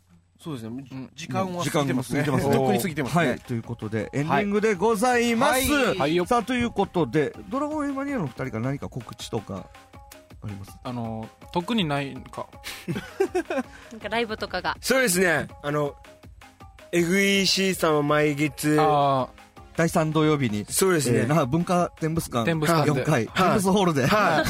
そうですね、時間は過ぎてますね。とっくに過ぎてますね。 はい、ということでエンディングでございます。さあということでドラゴンエマニュエルのふたりが何か告知とかあります？ あの特にないかなんかライブとかが。 そうですね、あの エフイーシー さんは毎月だいさん土曜日にそうですね、 えー、那覇文化展物館展物館よんかい、テンブスホールで、はい、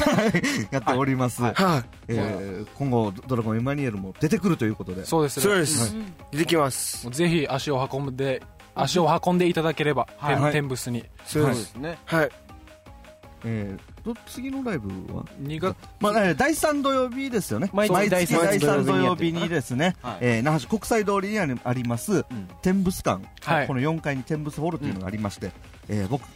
やっております、はいはい、えー、今後ドラゴンエマニュエルも出てくるということで。 そうですね、 そうです、はい、出てきます。 ぜひ足を運んで足を運んでいただければ、はい、展物に。 そうですね、はい、 えー、次のライブはにがつ、 まあ、だいさん土曜日ですよね。毎月だいさん土曜日にですね、はい、えー、那覇市国際通りにあります、うん、展物館、はい、このよんかいに展物ホールというのがありまして、うん、えー、僕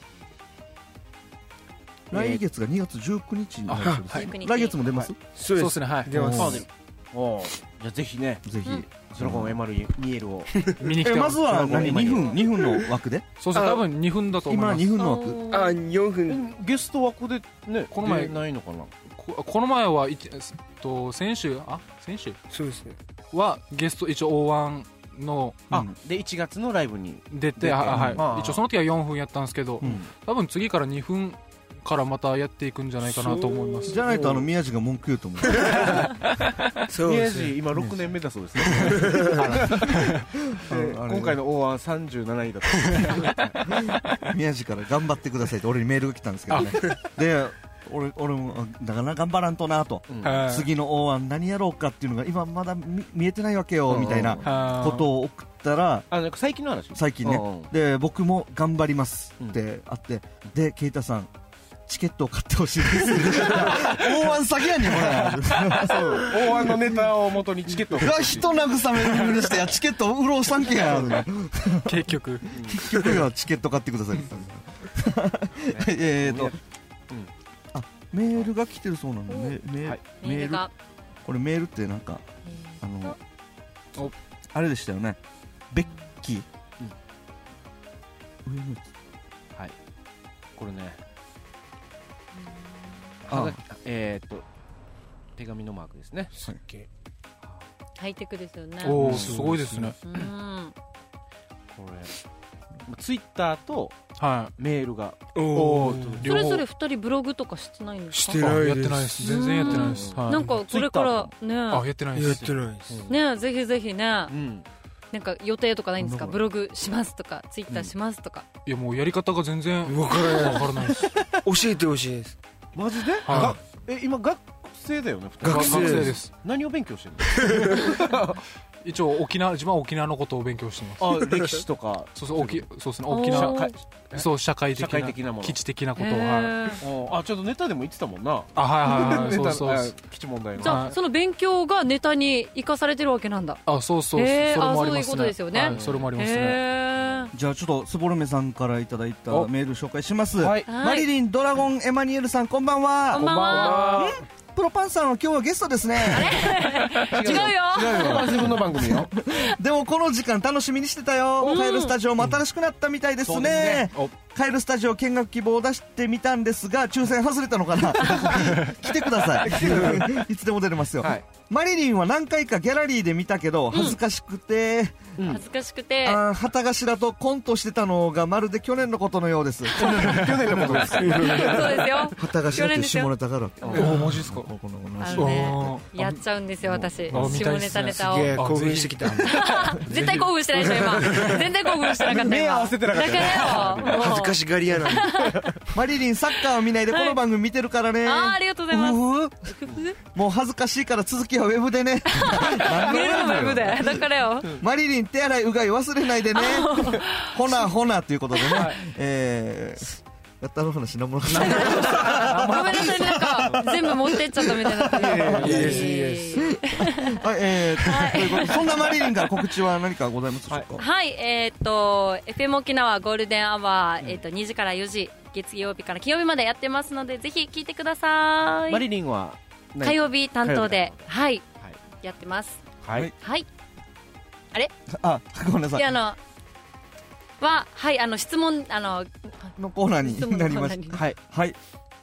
来月がにがつじゅうくにちになるそうです、はい、来月も出ます、はい、 そうですね、はい、 出ます。 おじゃあぜひね、 ぜひドラゴンエマニュエルを見に来てまずは何にふんにふんの枠で。 そうですね、多分にふんだと思います。 今にふんの枠、 あよんふんゲスト枠でね、 この前ないのかな。 こ, この前はと先週あ先週そうですねはゲスト一応 オーワン の、 あ、うん、でいちがつのライブに出て、はい、一応その時はよんふんやったんですけど、うん、多分次からにふんからまたやっていくんじゃないかなと思います。 じゃないとあの宮地が文句言うと思う。 宮地今ろくねんめだそうですね。今回の オーワンさんじゅうなないだった宮地から頑張ってくださいって俺にメールが来たんですけどね。で俺, 俺もだから頑張らんとなと、うん、次の オーワン 何やろうかっていうのが今まだ 見, 見えてないわけよみたいなことを送ったら、 あなんか最近の話最近ね、で僕も頑張りますってあって、でケイタさんチケットを買ってほしいです。オーワン先やねんこれ。そう、オーワンのネタを元にチケットを。 が人慰めるふりしてやチケット売ろうさんけんや。 結局結局はチケット買ってください。えっと、あメールが来てるそうなのね。メールメールこれメールってなんかあのあれでしたよね。ベッキー。上のやつ。 はい。これね。ああえー、っと手紙のマークですね。 すっげえハイテクですよね。 おおすごいですね。うん、 これツイッターとメールが、 はい、おそれぞれふたりブログとかしてないんですか？ してないです。 やってないです。全然やってないです。 はい、なんかこれからねあやってないです。 やってないです。 ねぜひぜひね。うんなんか予定とかないんですか？ブログしますとかツイッターしますとか、 うん、いやもうやり方が全然分からない。 分からないです教えてほしいです。 マジで？はい、え今学生だよね。 学生です。 何を勉強してるの？ 一応沖縄自分は沖縄のことを勉強してます。 あ歴史とかそうそう沖そうですね沖縄そう社会的な社会的なもの基地的なことを、はい、あちょっとネタでも言ってたもんな。 あはいはいはいそうそう基地問題の。 じゃあその勉強がネタに生かされてるわけなんだ。 あそうそうそれもありますね。そういうことですよね。 はい、それもありますね。 じゃあちょっとスボルメさんからいただいたメール紹介します。はい、マリリンドラゴンエマニュエルさんこんばんは。 こんばんは。 プロパンさんは今日はゲストですね。 あれ違うよ。 違うよ。自分の番組よ。 でもこの時間楽しみにしてたよ。カエルスタジオも新しくなったみたいですね。カエルスタジオ見学希望を出してみたんですが抽選外れたのかな。来てください。いつでも出れますよ。はい、マリリンは何回かギャラリーで見たけど恥ずかしくて、 うん、恥ずかしくてあ旗頭とコントしてたのがまるで去年のことのようです。 去年のことですか。そうですよ。 旗頭って下ネタがある。 おマジですか。 あのねやっちゃうんですよ私。下ネタネタを。 すげえ興奮してきた。 絶対興奮してないでしょ今。全然興奮してなかった今。 目合わせてなかった。 だからよ。 恥ずかしがり屋なんで。 マリリンサッカーを見ないでこの番組見てるからね。 あありがとうございます。 もう恥ずかしいから続きはウェブでね。 見れるのウェブでだからよ。 マリリン手洗いうがい忘れないでね。ほなほなということでね。えーやったの話何もなかった。ごめんなさいなんか全部持ってっちゃったみたいになってる。 いいですいいです。 はいえーということでそんなマリリンから告知は何かございますでしょうか。 はいえっと エフエム 沖縄ゴールデンアワーえっとにじからよじ月曜日から金曜日までやってますのでぜひ聞いてください。 マリリンは火曜日担当ではいやってます。 はいはいあれあごめんなさい。 あのははいあの質問あののコーナーになりました。はいはい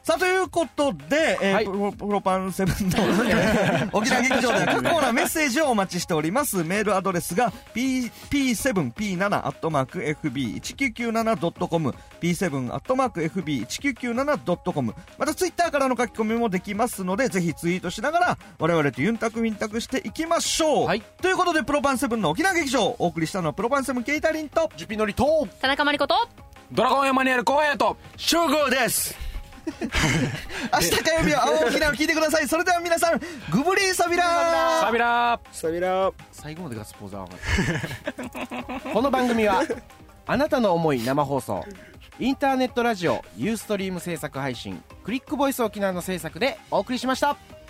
さあということで、えーはい、プ, ロプロパンセブンの沖縄劇場では各コーナーメッセージをお待ちしております。メールアドレスが ピーセブンピーセブン アットマーク エフビーいちきゅうきゅうなな ドットコム ピーセブン アットマーク エフビーいちきゅうきゅうなな ドットコム またツイッターからの書き込みもできますので、ぜひツイートしながら我々とユンタクウィンタクしていきましょう、はい、ということでプロパンセブンの沖縄劇場お送りしたのはプロパンセブンケイタリンとジュピノリと田中真理子とドラゴンエマニュエル浩平と翔吾です。 明日火曜日は青沖縄を聞いてください。それでは皆さんグブリーサビラーサビラーサビラー。 最後までガッツポーズは分かるこの番組はあなたの思い生放送インターネットラジオユーストリーム制作配信クリックボイス沖縄の制作でお送りしました。